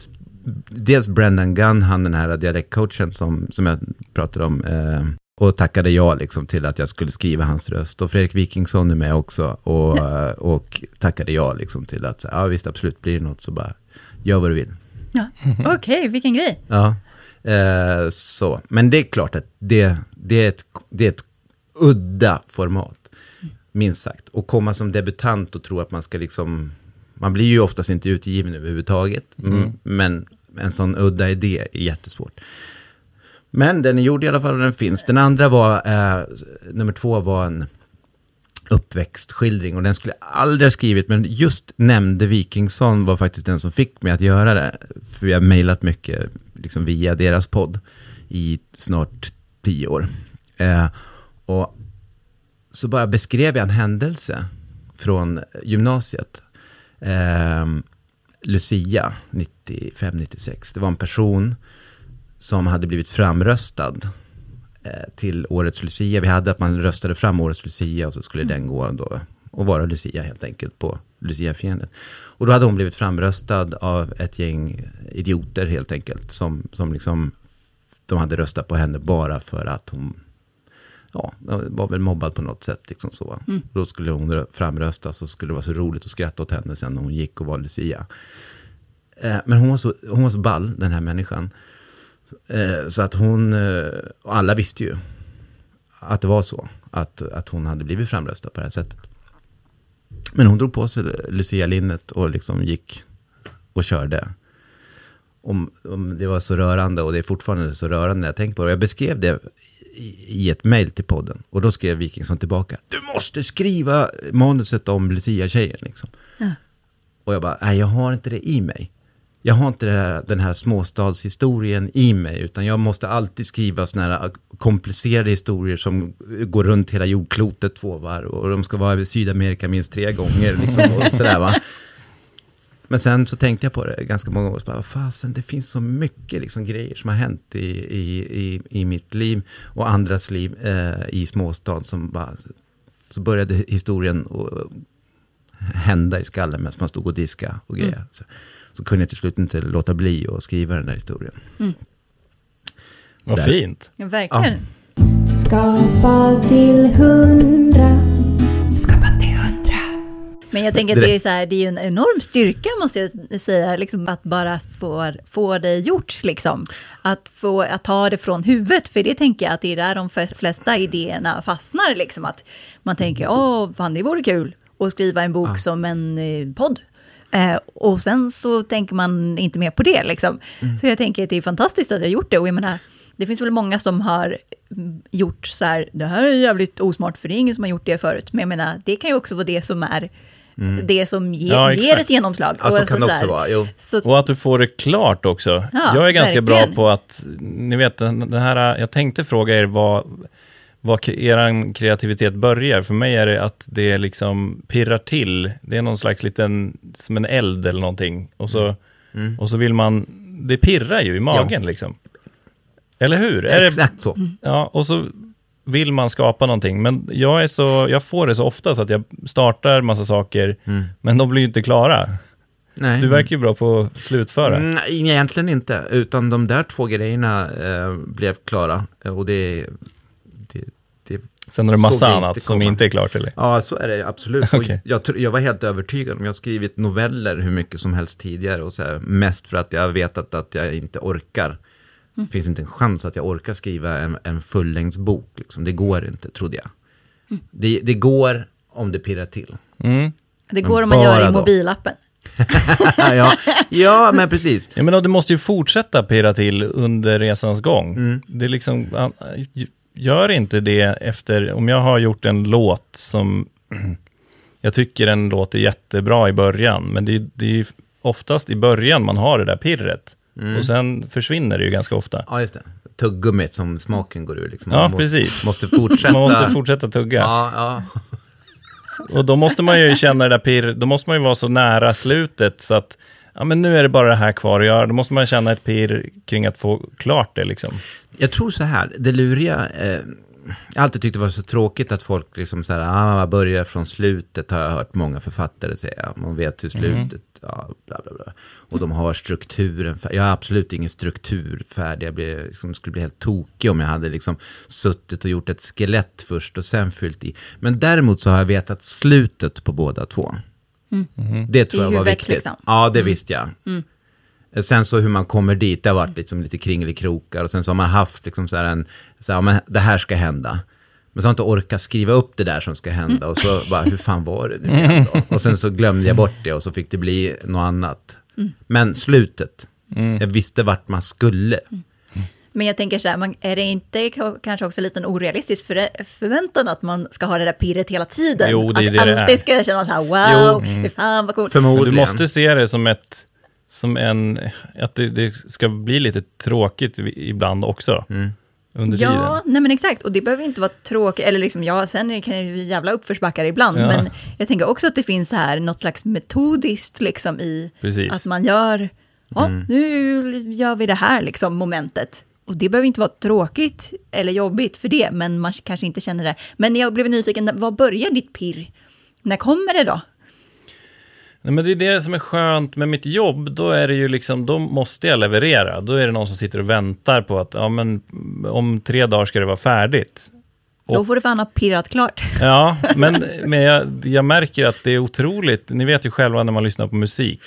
[SPEAKER 3] dels Brendan Gunn, han den här dialektcoachen som jag pratade om, och tackade jag liksom till att jag skulle skriva hans röst. Och Fredrik Wikingsson är med också, och tackade jag liksom till att, ja visst, absolut, blir det något så bara, gör vad du vill.
[SPEAKER 1] Ja. Okej, vilken grej.
[SPEAKER 3] Ja, så. Men det är klart att det är ett udda format, minst sagt. Och komma som debutant och tro att man ska liksom, man blir ju oftast inte utgiven överhuvudtaget, men en sån udda idé är jättesvårt. Men den är gjord i alla fall och den finns. Den andra var, nummer 2 var en uppväxtskildring och den skulle jag aldrig ha skrivit, men just nämnde Wikingsson var faktiskt den som fick mig att göra det. För vi har mejlat mycket liksom via deras podd i snart 10 år. Och så bara beskrev jag en händelse från gymnasiet. Lucia 95-96. Det var en person som hade blivit framröstad till årets Lucia. Vi hade att man röstade fram årets Lucia och så skulle den gå då och vara Lucia helt enkelt på Lucia-firandet. Och då hade hon blivit framröstad av ett gäng idioter helt enkelt som liksom, de hade röstat på henne bara för att hon var väl mobbad på något sätt liksom så. Då skulle hon framröstas och skulle det vara så roligt att skratta åt henne sen när hon gick och var Lucia. Men hon var så ball, den här människan. Så att hon, och alla visste ju att det var så, att hon hade blivit framröstad på det här sättet. Men hon drog på sig Lucia-linnet och liksom gick och körde. Om det var så rörande, och det är fortfarande så rörande när jag tänker på det. Jag beskrev det i ett mejl till podden, och då skrev Wikingsson tillbaka: du måste skriva manuset om Lucia-tjejen liksom. Ja. Och jag bara, nej, jag har inte det i mig. Jag har inte den här småstadshistorien i mig, utan jag måste alltid skriva såna här komplicerade historier som går runt hela jordklotet 2 varv, och de ska vara i Sydamerika minst 3 gånger liksom, och sådär va. Men sen så tänkte jag på det ganska många år, så bara, fasen, det finns så mycket liksom grejer som har hänt i mitt liv och andras liv i småstad, som bara, så började historien och hända i skallen medan man stod och diska och grejer. Så kunde jag till slut inte låta bli att skriva den där historien.
[SPEAKER 2] Vad fint.
[SPEAKER 1] Ja, verkligen.
[SPEAKER 5] Ja. Skapa till 100. Skapa till 100.
[SPEAKER 1] Men jag tänker att det är så här, det är ju en enorm styrka, måste jag säga, liksom, att bara få det gjort liksom. Att ta det från huvudet, för det tänker jag att det är där de flesta idéerna fastnar liksom, att man tänker, fan, det vore kul att skriva en bok som en podd. Och sen så tänker man inte mer på det liksom. Så jag tänker att det är fantastiskt att jag har gjort det, och jag menar, det finns väl många som har gjort så här, det här är jävligt osmart för det är ingen som har gjort det förut, men jag menar, det kan ju också vara det som är det som ger ett genomslag.
[SPEAKER 3] Alltså kan det också vara, jo.
[SPEAKER 2] Och att du får det klart också.
[SPEAKER 1] Ja,
[SPEAKER 2] jag är ganska
[SPEAKER 1] verkligen
[SPEAKER 2] bra på att, ni vet, den här, jag tänkte fråga er vad er kreativitet börjar. För mig är det att det liksom pirrar till. Det är någon slags liten, som en eld eller någonting. Och så vill man, det pirrar ju i magen liksom. Eller hur?
[SPEAKER 3] Exakt så.
[SPEAKER 2] Ja, och så vill man skapa någonting. Men jag får det så ofta så att jag startar massa saker, men de blir ju inte klara. Nej. Du verkar ju bra på att slutföra.
[SPEAKER 3] Nej, egentligen inte. Utan de där 2 grejerna blev klara. Och det
[SPEAKER 2] sen är det massa annat som inte är klart, eller?
[SPEAKER 3] Ja, så är det absolut.
[SPEAKER 2] Okay.
[SPEAKER 3] Jag var helt övertygad om, jag har skrivit noveller hur mycket som helst tidigare, och så här, mest för att jag vet att jag inte orkar. Det finns inte en chans att jag orkar skriva en fullängdsbok. Liksom. Det går inte, trodde jag. Det går om det pirrar till.
[SPEAKER 1] Det går om man gör det i mobilappen.
[SPEAKER 3] ja, men precis.
[SPEAKER 2] Ja, men du måste ju fortsätta pirra till under resans gång. Det är liksom, gör inte det efter, om jag har gjort en låt som jag tycker en låt är jättebra i början, men det är ju oftast i början man har det där pirret. Och sen försvinner det ju ganska ofta.
[SPEAKER 3] Ja, just det. Tuggummit som smaken går ur. Liksom.
[SPEAKER 2] Ja, precis.
[SPEAKER 3] Måste fortsätta.
[SPEAKER 2] Man måste fortsätta tugga.
[SPEAKER 3] Ja.
[SPEAKER 2] Och då måste man ju känna det där pirr. Då måste man ju vara så nära slutet så att, ja, men nu är det bara det här kvar att göra. Då måste man känna ett pirr kring att få klart det liksom.
[SPEAKER 3] Jag tror så här, det luriga jag alltid tyckte det var så tråkigt att folk liksom så här, man börjar från slutet, har jag hört många författare säga. Man vet hur slutet, bla bla bla. Och de har strukturen, jag har absolut ingen struktur färdig. Jag liksom, skulle bli helt tokig om jag hade liksom suttit och gjort ett skelett först och sen fyllt i. Men däremot så har jag vetat slutet på båda två. Det tror jag var viktigt. Liksom. Ja, det visste jag. Sen så hur man kommer dit, det har varit liksom lite kringelikrokar. Och sen så har man haft liksom så här men det här ska hända. Men så har jag inte orkat skriva upp det där som ska hända. Och så bara, hur fan var det nu igen då? Och sen så glömde jag bort det och så fick det bli något annat. Men slutet, jag visste vart man skulle.
[SPEAKER 1] Men jag tänker så här, är det inte kanske också lite en orealistisk förväntan att man ska ha det där pirret hela tiden?
[SPEAKER 2] Jo, det är
[SPEAKER 1] att
[SPEAKER 2] det
[SPEAKER 1] alltid
[SPEAKER 2] är.
[SPEAKER 1] ska känna så här, wow, fan vad coolt.
[SPEAKER 3] Förmodligen.
[SPEAKER 2] Du måste se det som att det ska bli lite tråkigt ibland också. Under tiden.
[SPEAKER 1] Ja, nej men exakt. Och det behöver inte vara tråkigt. Eller liksom, sen kan det ju jävla uppförsbackar ibland.
[SPEAKER 2] Ja.
[SPEAKER 1] Men jag tänker också att det finns här något slags metodiskt liksom i
[SPEAKER 2] Precis.
[SPEAKER 1] att man gör, nu gör vi det här liksom momentet. Och det behöver inte vara tråkigt eller jobbigt för det, men man kanske inte känner det. Men jag blev nyfiken, vad börjar ditt pirr? När kommer det då?
[SPEAKER 2] Nej, men det är det som är skönt med mitt jobb. Då är det ju liksom, då måste jag leverera. Då är det någon som sitter och väntar på att men om 3 dagar ska det vara färdigt.
[SPEAKER 1] Då får du fan ha pirrat klart.
[SPEAKER 2] Ja, men jag märker att det är otroligt. Ni vet ju själva när man lyssnar på musik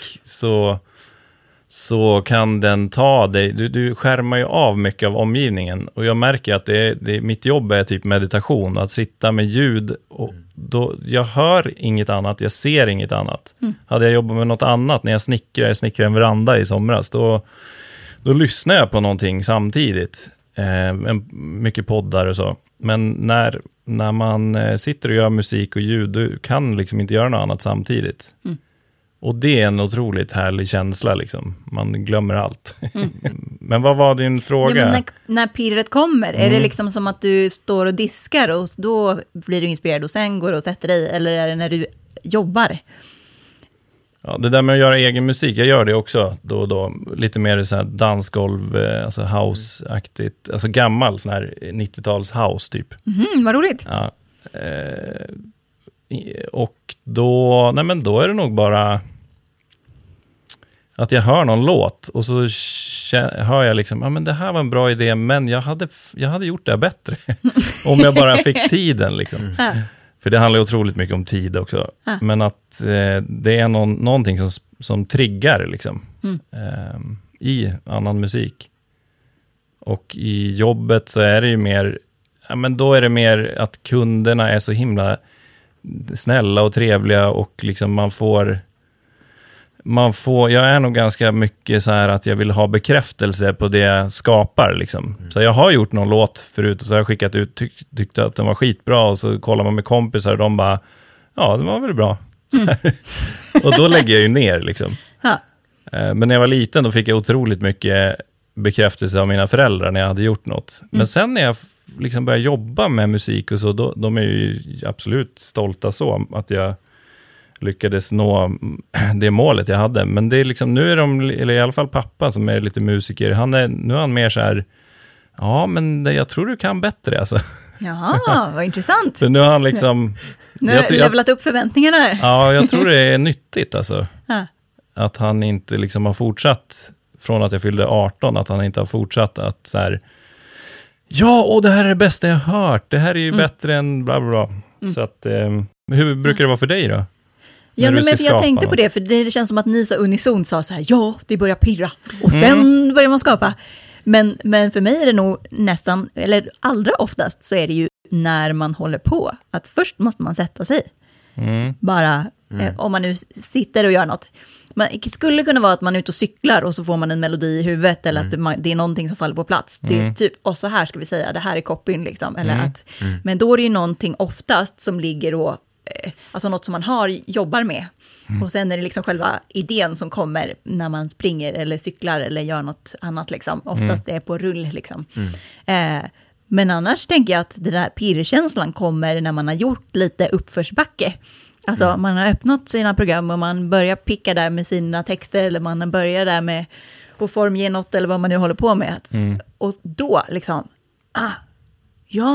[SPEAKER 2] så kan den ta dig. Du skärmar ju av mycket av omgivningen. Och jag märker att mitt jobb är typ meditation. Att sitta med ljud. Och jag hör inget annat, jag ser inget annat. Hade jag jobbat med något annat när jag snickrar en veranda i somras. Då lyssnar jag på någonting samtidigt. Mycket poddar och så. Men när man sitter och gör musik och ljud, du kan liksom inte göra något annat samtidigt. Och det är en otroligt härlig känsla liksom. Man glömmer allt. Men vad var din fråga?
[SPEAKER 1] Ja, men när pirret kommer, är det liksom som att du står och diskar och då blir du inspirerad och sen går du och sätter dig? Eller är det när du jobbar?
[SPEAKER 2] Ja, det där med att göra egen musik, jag gör det också då och då. Lite mer så här dansgolv, alltså house-aktigt. Alltså gammal sån här 90-tals house typ.
[SPEAKER 1] Vad roligt.
[SPEAKER 2] Ja. Och då är det nog bara att jag hör någon låt och så hör jag liksom, men det här var en bra idé, men jag hade gjort det bättre om jag bara fick tiden liksom. För det handlar otroligt mycket om tid också. Men att det är någonting som triggar liksom, i annan musik. Och i jobbet så är det ju mer, men då är det mer att kunderna är så himla snälla och trevliga och liksom jag är nog ganska mycket så här att jag vill ha bekräftelse på det jag skapar liksom. Så jag har gjort någon låt förut och så har jag skickat ut, tyckte att den var skitbra och så kollar man med kompisar och de bara, ja, det var väl bra. Och då lägger jag ju ner liksom. Men när jag var liten då fick jag otroligt mycket bekräftelse av mina föräldrar när jag hade gjort något. Men sen när jag liksom började jobba med musik och så, de är ju absolut stolta så att jag lyckades nå det målet jag hade. Men det är liksom, nu är eller i alla fall pappa som är lite musiker, nu är han mer så här, ja men jag tror du kan bättre alltså.
[SPEAKER 1] Jaha, vad intressant.
[SPEAKER 2] Så nu har han liksom...
[SPEAKER 1] Nu har jag levlat upp förväntningarna här.
[SPEAKER 2] Ja, jag tror det är nyttigt alltså. Att han inte liksom har fortsatt från att jag fyllde 18, att han inte har fortsatt att så här, ja, och det här är det bästa jag har hört. Det här är ju bättre än bla bla bla. Så att, hur brukar det vara för dig då?
[SPEAKER 1] Ja, men jag tänkte på det, för det känns som att ni så unison sa så här, ja, det börjar pirra. Och sen börjar man skapa. Men för mig är det nog nästan, eller allra oftast så är det ju när man håller på. Att först måste man sätta sig. Om man nu sitter och gör något. Det skulle kunna vara att man är ute och cyklar och så får man en melodi i huvudet eller att det är någonting som faller på plats. Det är typ, och så här ska vi säga, det här är copyn liksom. Eller men då är det ju någonting oftast som ligger och, alltså något som man jobbar med. Och sen är det liksom själva idén som kommer när man springer eller cyklar eller gör något annat liksom. Oftast är det på rull liksom. Men annars tänker jag att det där pirrkänslan kommer när man har gjort lite uppförsbacke. Alltså man har öppnat sina program och man börjar picka där med sina texter eller man börjar där med att formge något eller vad man nu håller på med. Och då liksom, ja,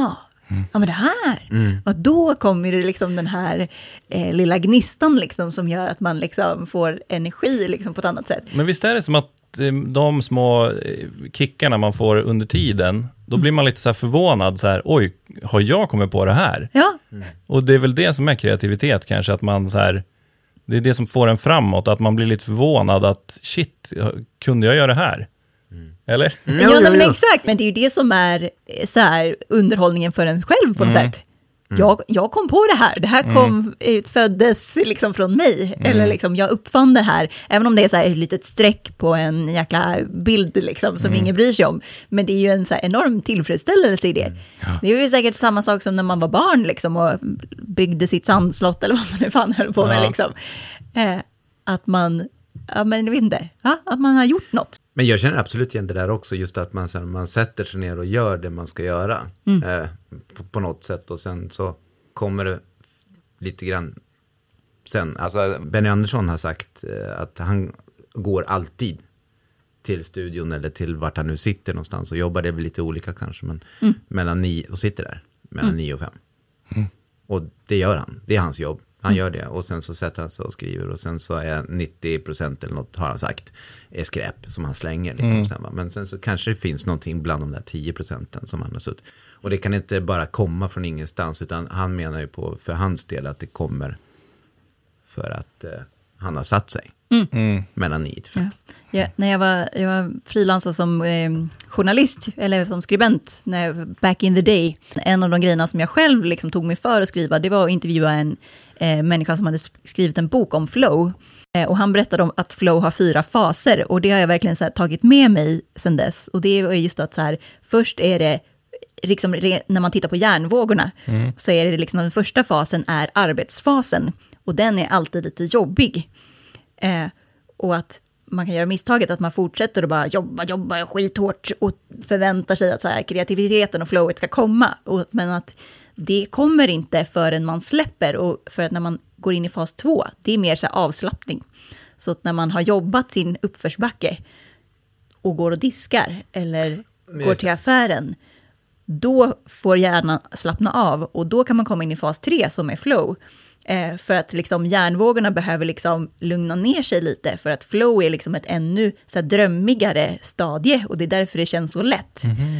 [SPEAKER 1] Ja, men det här. Och då kommer det liksom den här lilla gnistan liksom, som gör att man liksom får energi liksom, på ett annat sätt.
[SPEAKER 2] Men visst är det som att de små kickarna man får under tiden, då blir man lite så här förvånad, så här, oj, har jag kommit på det här?
[SPEAKER 1] Ja.
[SPEAKER 2] Och det är väl det som är kreativitet kanske, att man så här, det är det som får en framåt, att man blir lite förvånad att shit, kunde jag göra det här? Eller?
[SPEAKER 1] Ja, men exakt. Men det är ju det som är så här, underhållningen för en själv på något sätt. Jag kom på det här. Det här föddes liksom från mig. Eller liksom, jag uppfann det här. Även om det är så här ett litet streck på en jäkla bild liksom, som ingen bryr sig om. Men det är ju en så här enorm tillfredsställelse i det. Det är ju säkert samma sak som när man var barn liksom, och byggde sitt sandslott eller vad man nu fan höll på med. Liksom. Att man, ja, men jag vet inte, att man har gjort något.
[SPEAKER 3] Men jag känner absolut igen det där också, just att man sätter sig ner och gör det man ska göra på något sätt, och sen så kommer det lite grann sen. Alltså Benny Andersson har sagt att han går alltid till studion eller till vart han nu sitter någonstans och jobbar, det är väl lite olika kanske, men mellan 9 och sitter där mellan 9 och 5. Och det gör han, det är hans jobb. Han gör det och sen så sätter han sig och skriver, och sen så är 90% eller något, har han sagt, är skräp som han slänger liksom sen, va? Men sen så kanske det finns någonting bland de där 10% som han har sutt. Och det kan inte bara komma från ingenstans, utan han menar ju på för hans del att det kommer för att han har satt sig mellan 9 till 5.
[SPEAKER 1] Ja, när jag var frilansad som journalist eller som skribent back in the day. En av de grejerna som jag själv liksom tog mig för att skriva, det var att intervjua en människa som hade skrivit en bok om flow. Och han berättade om att flow har 4 faser, och det har jag verkligen så här tagit med mig sedan dess. Och det är just att så här, först är det liksom, när man tittar på hjärnvågorna så är det liksom den första fasen är arbetsfasen, och den är alltid lite jobbig. Och att man kan göra misstaget att man fortsätter och bara jobba skithårt och förväntar sig att så här, kreativiteten och flowet ska komma. Men att det kommer inte förrän man släpper, och för att när man går in i fas 2, det är mer så här avslappning. Så att när man har jobbat sin uppförsbacke och går och diskar eller går till affären, då får hjärnan slappna av, och då kan man komma in i fas 3 som är flow. För att liksom hjärnvågorna behöver liksom lugna ner sig lite, för att flow är liksom ett ännu så här drömmigare stadie, och det är därför det känns så lätt.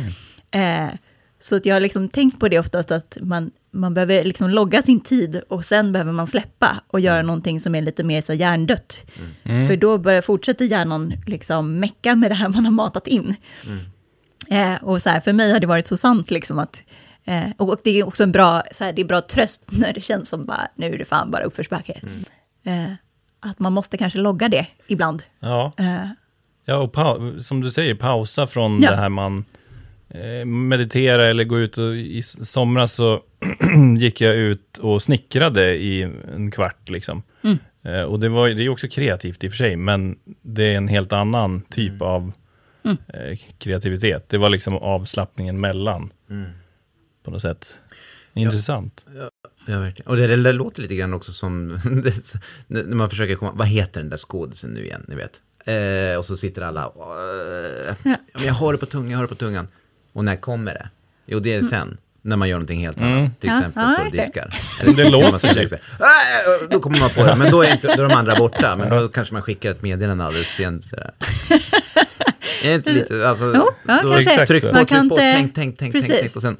[SPEAKER 1] Så att jag har liksom tänkt på det oftast, att man behöver liksom logga sin tid, och sen behöver man släppa och göra någonting som är lite mer så här hjärndött. För då fortsätter hjärnan liksom mecka med det här man har matat in. Och så här, för mig har det varit så sant liksom att och det är också en bra, så här, det är bra tröst när det känns som bara, nu är det fan bara uppförsbacke. Att man måste kanske logga det ibland.
[SPEAKER 2] Ja, och som du säger, pausa från det här man meditera eller gå ut, och i somras så gick jag ut och snickrade i en kvart liksom. Och det är också kreativt i och för sig, men det är en helt annan typ av kreativitet. Det var liksom avslappningen mellan på något sätt. Intressant.
[SPEAKER 3] Ja, verkligen. Och det låter lite grann också som när man försöker komma, vad heter den där skådisen nu igen, ni vet. Och så sitter alla jag har det på tungan. Och när kommer det? Jo, det är sen. När man gör någonting helt annat. Till exempel står och diskar. Eller
[SPEAKER 2] det låter
[SPEAKER 3] då kommer man på det. Men då är de andra borta. Men då kanske man skickar ett meddelande alldeles sent. Sådär. Är inte lite, alltså,
[SPEAKER 1] då kanske.
[SPEAKER 3] Tryck på, tänk. Och sen...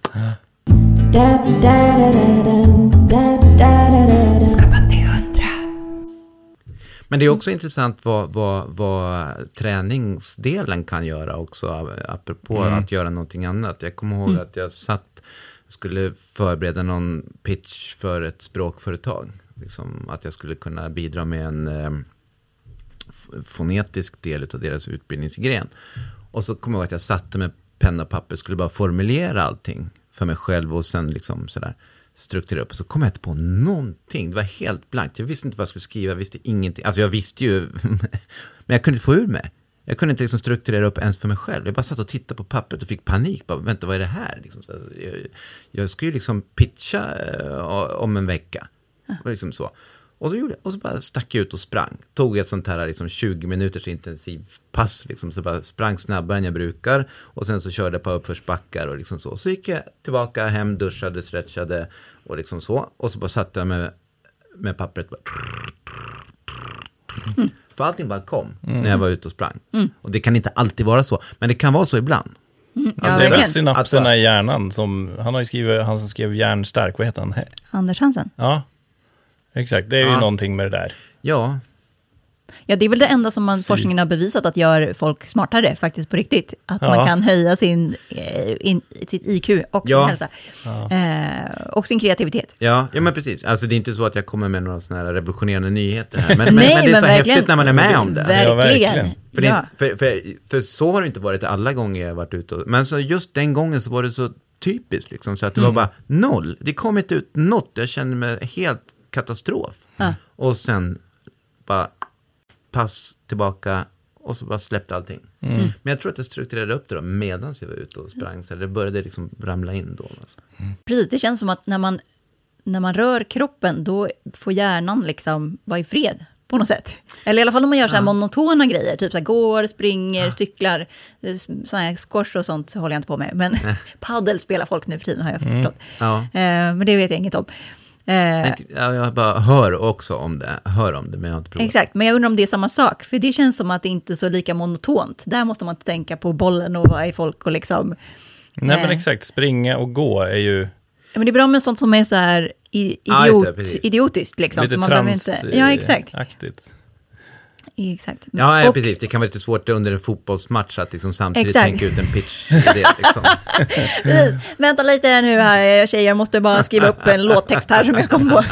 [SPEAKER 3] Men det är också intressant vad träningsdelen kan göra också, apropå att göra någonting annat. Jag kommer ihåg att jag skulle förbereda någon pitch för ett språkföretag. Liksom, att jag skulle kunna bidra med en fonetisk del av deras utbildningsgren. Och så kommer jag ihåg att jag satte med penna och papper, skulle bara formulera allting för mig själv och sen liksom sådär strukturera upp. Och så kom jag inte på någonting. Det var helt blankt. Jag visste inte vad jag skulle skriva. Jag visste ingenting. Alltså jag visste ju, men jag kunde inte få ur mig. Jag kunde inte liksom strukturera upp ens för mig själv. Jag bara satt och tittade på pappret och fick panik. Bara, vänta, vad är det här? Liksom, så jag ska ju liksom pitcha om en vecka. Och liksom så. Och så gjorde jag. Och så bara stack jag ut och sprang. Tog ett sånt här liksom 20 minuters intensiv pass. Liksom. Så bara sprang snabbare än jag brukar. Och sen så körde jag på uppförsbackar och liksom så. Så gick jag tillbaka hem, duschade, stretchade och liksom så. Och så bara satte jag med pappret. Bara... För allting bara kom när jag var ute och sprang. Och det kan inte alltid vara så. Men det kan vara så ibland.
[SPEAKER 2] Alltså, det är väl synapserna i hjärnan som, han som skrev Hjärnstark, vad heter han?
[SPEAKER 1] Anders Hansen.
[SPEAKER 2] Ja, exakt. Det är ju någonting med det där.
[SPEAKER 3] Ja.
[SPEAKER 1] Ja, det är väl det enda som forskningen har bevisat att gör folk smartare faktiskt på riktigt. Att man kan höja sitt IQ och sin hälsa. Och sin kreativitet.
[SPEAKER 3] Ja, men precis. Alltså det är inte så att jag kommer med några såna här revolutionerande nyheter här. Men det är så häftigt när man är med om det.
[SPEAKER 1] Verkligen.
[SPEAKER 3] För så har det inte varit alla gånger jag har varit ute. Men så just den gången så var det så typiskt liksom. Så att det var bara 0. Det kom inte ut något. Jag kände mig helt katastrof. Och sen bara... pass tillbaka och så bara släppte allting. Men jag tror att det strukturerade upp det då medan jag var ute och sprang. Så det började liksom ramla in då. Alltså.
[SPEAKER 1] Precis, det känns som att när man rör kroppen då får hjärnan liksom vara i fred på något sätt. Eller i alla fall om man gör så här monotona grejer. Typ så här går, springer, cyklar. Sådana här squash och sånt håller jag inte på med. Men paddel spelar folk nu för tiden har jag förstått. Men det vet jag inget om.
[SPEAKER 3] Jag bara hör om det, men jag har inte provat.
[SPEAKER 1] Exakt, men jag undrar om det är samma sak. För det känns som att det inte är så lika monotont. Där måste man tänka på bollen och vara i folk och liksom...
[SPEAKER 2] Nej men exakt, springa och gå är ju...
[SPEAKER 1] Ja, men det är bra med sånt som är så här idiotiskt liksom.
[SPEAKER 2] Lite
[SPEAKER 1] så man behöver inte... Ja, exakt.
[SPEAKER 2] Aktigt.
[SPEAKER 1] Exakt.
[SPEAKER 3] Ja, precis. Det kan vara lite svårt under en fotbollsmatch att liksom samtidigt tänka ut en pitch. Liksom.
[SPEAKER 1] Precis. Vänta lite nu här, tjejer. Jag måste bara skriva upp en låttext här som jag kom på.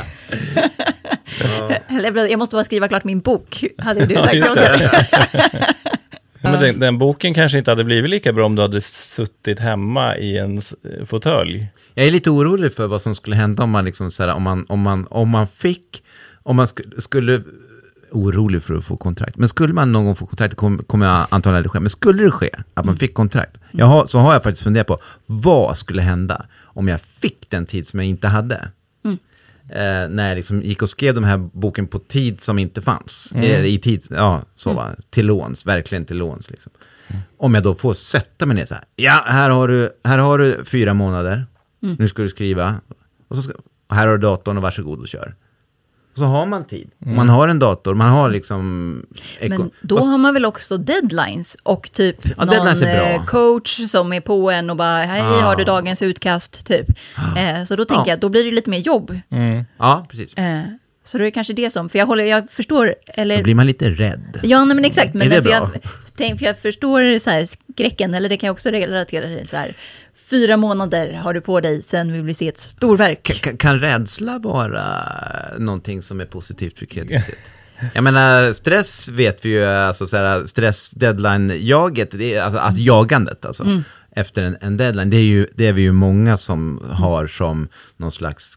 [SPEAKER 1] Eller jag måste bara skriva klart min bok, hade du sagt.
[SPEAKER 2] Men den boken kanske inte hade blivit lika bra om du hade suttit hemma i en fåtölj.
[SPEAKER 3] Jag är lite orolig för vad som skulle hända om man liksom så här, om man skulle orolig för att få kontrakt. Men skulle man någon gång få kontrakt, kommer jag antagligen aldrig ske. Men skulle det ske att man fick kontrakt, så har jag faktiskt funderat på vad skulle hända om jag fick den tid som jag inte hade. När jag liksom gick och skrev de här boken på tid som inte fanns. I tid, till låns, verkligen till låns. Liksom. Om jag då får sätta mig ner så här. Ja, här har du 4 månader. Nu ska du skriva. Och här har du datorn och varsågod och kör. Så har man tid. Man har en dator, man har liksom...
[SPEAKER 1] Men då har man väl också deadlines och typ någon coach som är på en och bara, hej, har du dagens utkast typ. Så då tänker jag att då blir det lite mer jobb.
[SPEAKER 3] Ja, precis.
[SPEAKER 1] Så det är kanske det som, för jag förstår... Eller,
[SPEAKER 3] då blir man lite rädd.
[SPEAKER 1] Ja, nej, men exakt. Men
[SPEAKER 3] är det bra?
[SPEAKER 1] För jag förstår så här, skräcken, eller det kan jag också relatera till så här... 4 månader har du på dig sen vi vill se ett storverk.
[SPEAKER 3] Kan rädsla vara någonting som är positivt för kreativitet? Jag menar, stress vet vi ju, alltså så här, stress, deadline, jaget, det är alltså jagandet alltså. Efter en deadline, det är vi ju många som har som någon slags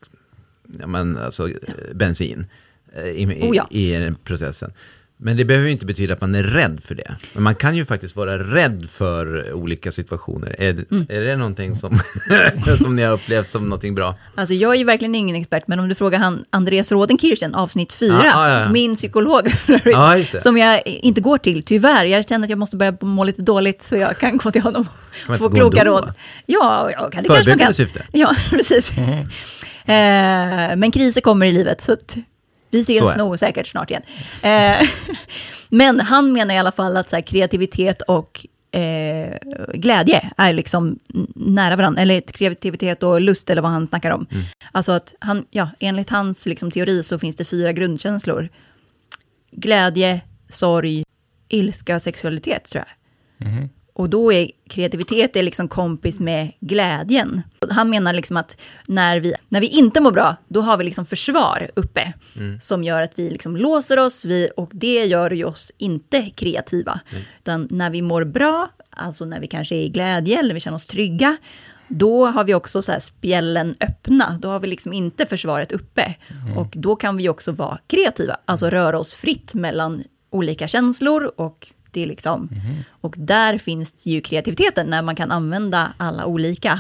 [SPEAKER 3] bensin i processen. Men det behöver ju inte betyda att man är rädd för det. Men man kan ju faktiskt vara rädd för olika situationer. Är det någonting som ni har upplevt som någonting bra?
[SPEAKER 1] Alltså jag är ju verkligen ingen expert, men om du frågar Andreas Rodenkirchen, avsnitt 4, min psykolog, som jag inte går till, tyvärr. Jag känner att jag måste börja må lite dåligt så jag kan gå till honom och få kloka råd. Ja, jag kan det kanske man kan. Syfte. Ja, precis. Men kriser kommer i livet, så att... Vi ses nog säkert snart igen. Men han menar i alla fall att så här, kreativitet och glädje är liksom nära varandra. Eller kreativitet och lust eller vad han snackar om. Alltså att enligt hans liksom, teori så finns det 4 grundkänslor. Glädje, sorg, ilska och sexualitet tror jag. Och då är kreativitet liksom kompis med glädjen. Han menar liksom att när vi inte mår bra, då har vi liksom försvar uppe. Som gör att vi liksom låser oss, och det gör ju oss inte kreativa. Utan när vi mår bra, alltså när vi kanske är i glädje eller vi känner oss trygga, då har vi också så här spjällen öppna. Då har vi liksom inte försvaret uppe. Och då kan vi också vara kreativa, alltså röra oss fritt mellan olika känslor och det är liksom, och där finns ju kreativiteten när man kan använda alla olika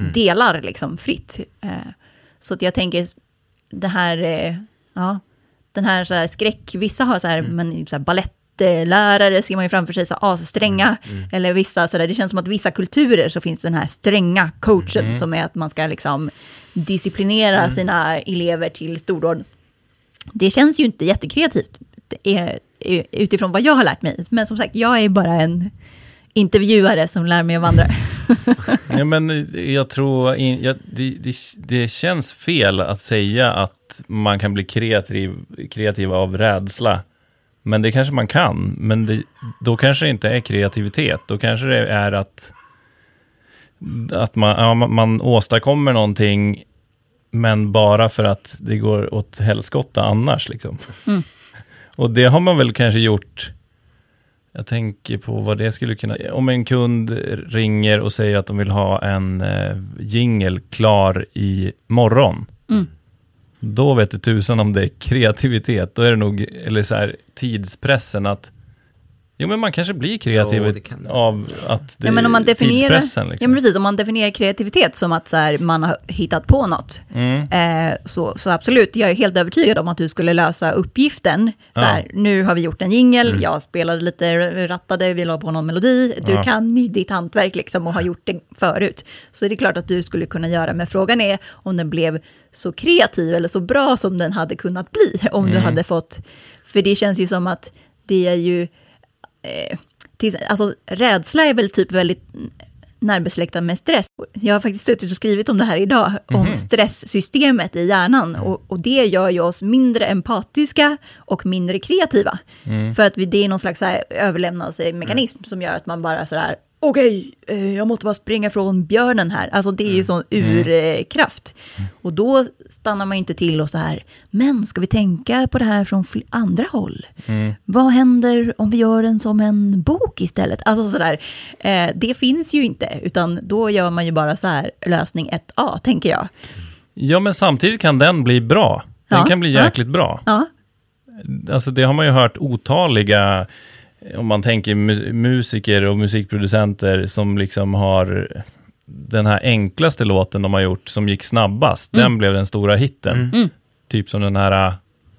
[SPEAKER 1] delar liksom fritt. Så att jag tänker det här, den här, så här skräck, vissa har så här, men så här ballettlärare ser man ju framför sig så stränga, eller vissa så där, det känns som att vissa kulturer så finns den här stränga coachen som är att man ska liksom disciplinera sina elever till stordåd. Det känns ju inte jättekreativt utifrån vad jag har lärt mig, men som sagt, jag är bara en intervjuare som lär mig av andra.
[SPEAKER 2] Ja, men jag tror det känns fel att säga att man kan bli kreativ av rädsla. Men det kanske man kan. Men då kanske det inte är kreativitet. Då kanske det är att man åstadkommer någonting, men bara för att det går åt helskotta annars. Liksom. Och det har man väl kanske gjort. Jag tänker på vad det skulle kunna... Om en kund ringer och säger att de vill ha en jingle klar i morgon. Då vet du tusan om det är kreativitet. Då är det nog, eller så här, tidspressen att... Jo, men man kanske blir kreativ av att det
[SPEAKER 1] men om man definierar,
[SPEAKER 2] tidspressen. Liksom.
[SPEAKER 1] Ja, men precis. Om man definierar kreativitet som att så här, man har hittat på något. Så absolut, jag är helt övertygad om att du skulle lösa uppgiften. Så här, nu har vi gjort en jingle, jag spelade lite, rattade, vi la på någon melodi. Du kan ju ditt hantverk liksom och har gjort det förut. Så det är klart att du skulle kunna göra, men frågan är om den blev så kreativ eller så bra som den hade kunnat bli. Om du hade fått, för det känns ju som att det är ju... alltså rädsla är väl typ väldigt närbesläktad med stress. Jag har faktiskt suttit och skrivit om det här idag, om stresssystemet i hjärnan, och det gör ju oss mindre empatiska och mindre kreativa. För att det är någon slags så här överlämnelsemekanism som gör att man bara sådär, okej, jag måste bara springa från björnen här. Alltså det är ju sån urkraft. Och då stannar man inte till och så här, men ska vi tänka på det här från andra håll? Vad händer om vi gör den som en bok istället? Alltså sådär, det finns ju inte, utan då gör man ju bara så här, lösning 1A, tänker jag. Ja,
[SPEAKER 2] men samtidigt kan den bli bra. Den kan bli jäkligt bra.
[SPEAKER 1] Ja.
[SPEAKER 2] Alltså det har man ju hört otaliga... Om man tänker musiker och musikproducenter som liksom har den här enklaste låten de har gjort som gick snabbast, den blev den stora hitten. Typ som den här...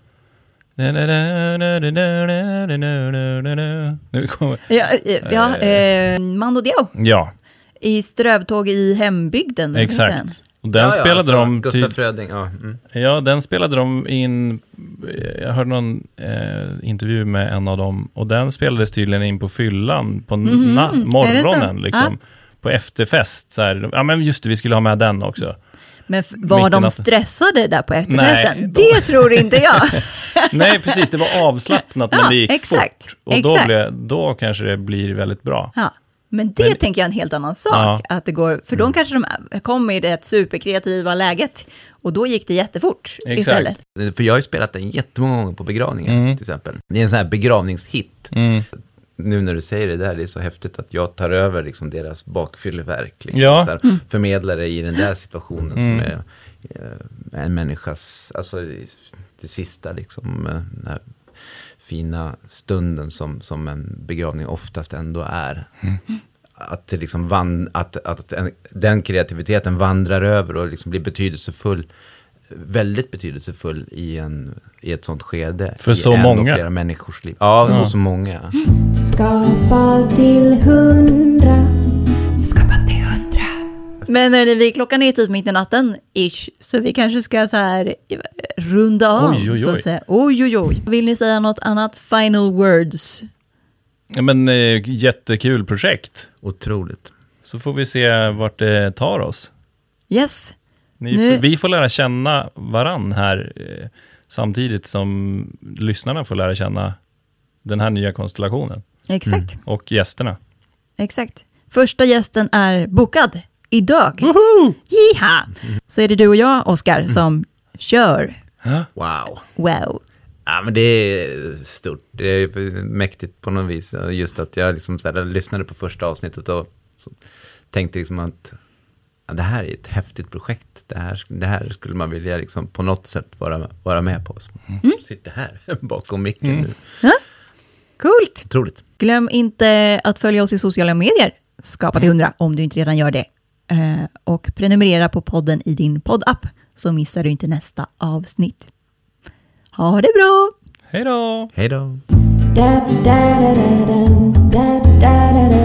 [SPEAKER 2] Nu kommer...
[SPEAKER 1] Mando Diao.
[SPEAKER 2] Ja.
[SPEAKER 1] I Strövtåg i hembygden.
[SPEAKER 2] Exakt. Och den spelade de...
[SPEAKER 3] Gustav Fröding,
[SPEAKER 2] Ja, den spelade de in... Jag hörde någon intervju med en av dem. Och den spelades tydligen in på fyllan på morgonen. Liksom, på efterfest. Så här, ja, men just det, vi skulle ha med den också.
[SPEAKER 1] Men var de stressade där på efterfesten? Nej, det tror inte jag.
[SPEAKER 2] Nej, precis. Det var avslappnat, men det gick fort. Och då kanske det blir väldigt bra.
[SPEAKER 1] Ja. Men det tänker jag är en helt annan sak. Att det går, för då kanske de kom i det superkreativa läget. Och då gick det jättefort istället.
[SPEAKER 3] För jag har ju spelat den jättemånga gånger på begravningen till exempel. Det är en sån här begravningshit. Nu när du säger det där, det är så häftigt att jag tar över liksom deras bakfylleverk. Liksom, så här, förmedlare i den där situationen som är en människas, alltså det sista liksom, den här fina stunden som en begravning oftast ändå är. Att det liksom den kreativiteten vandrar över och liksom blir betydelsefull, väldigt betydelsefull i ett sånt skede.
[SPEAKER 2] För så många.
[SPEAKER 3] Flera människors liv. Ja, och så många.
[SPEAKER 5] Skapa till 100. Skapa till 100.
[SPEAKER 1] Men klockan är typ mitt i natten, ish. Så vi kanske ska så här runda av. Så att säga. Oj. Vill ni säga något annat? Final words?
[SPEAKER 2] Ja, men jättekul projekt.
[SPEAKER 3] Otroligt.
[SPEAKER 2] Så får vi se vart det tar oss.
[SPEAKER 1] Yes.
[SPEAKER 2] Vi får lära känna varann här samtidigt som lyssnarna får lära känna den här nya konstellationen.
[SPEAKER 1] Exakt.
[SPEAKER 2] Och gästerna.
[SPEAKER 1] Exakt. Första gästen är bokad idag.
[SPEAKER 2] Woho!
[SPEAKER 1] Jiha! Så är det du och jag, Oskar, som kör. Wow.
[SPEAKER 3] Ja, men det är stort. Det är mäktigt på något vis. Just att jag liksom så här, lyssnade på första avsnittet och så tänkte liksom att det här är ett häftigt projekt. Det här skulle man vilja liksom på något sätt vara med på. Sitter här bakom micken nu.
[SPEAKER 1] Ja. Coolt.
[SPEAKER 3] Otroligt.
[SPEAKER 1] Glöm inte att följa oss i sociala medier. Skapa till 100 om du inte redan gör det. Och prenumerera på podden i din poddapp så missar du inte nästa avsnitt. Ha det bra!
[SPEAKER 2] Hej då!
[SPEAKER 3] Hej då!
[SPEAKER 5] Da da da da dum, da da da da.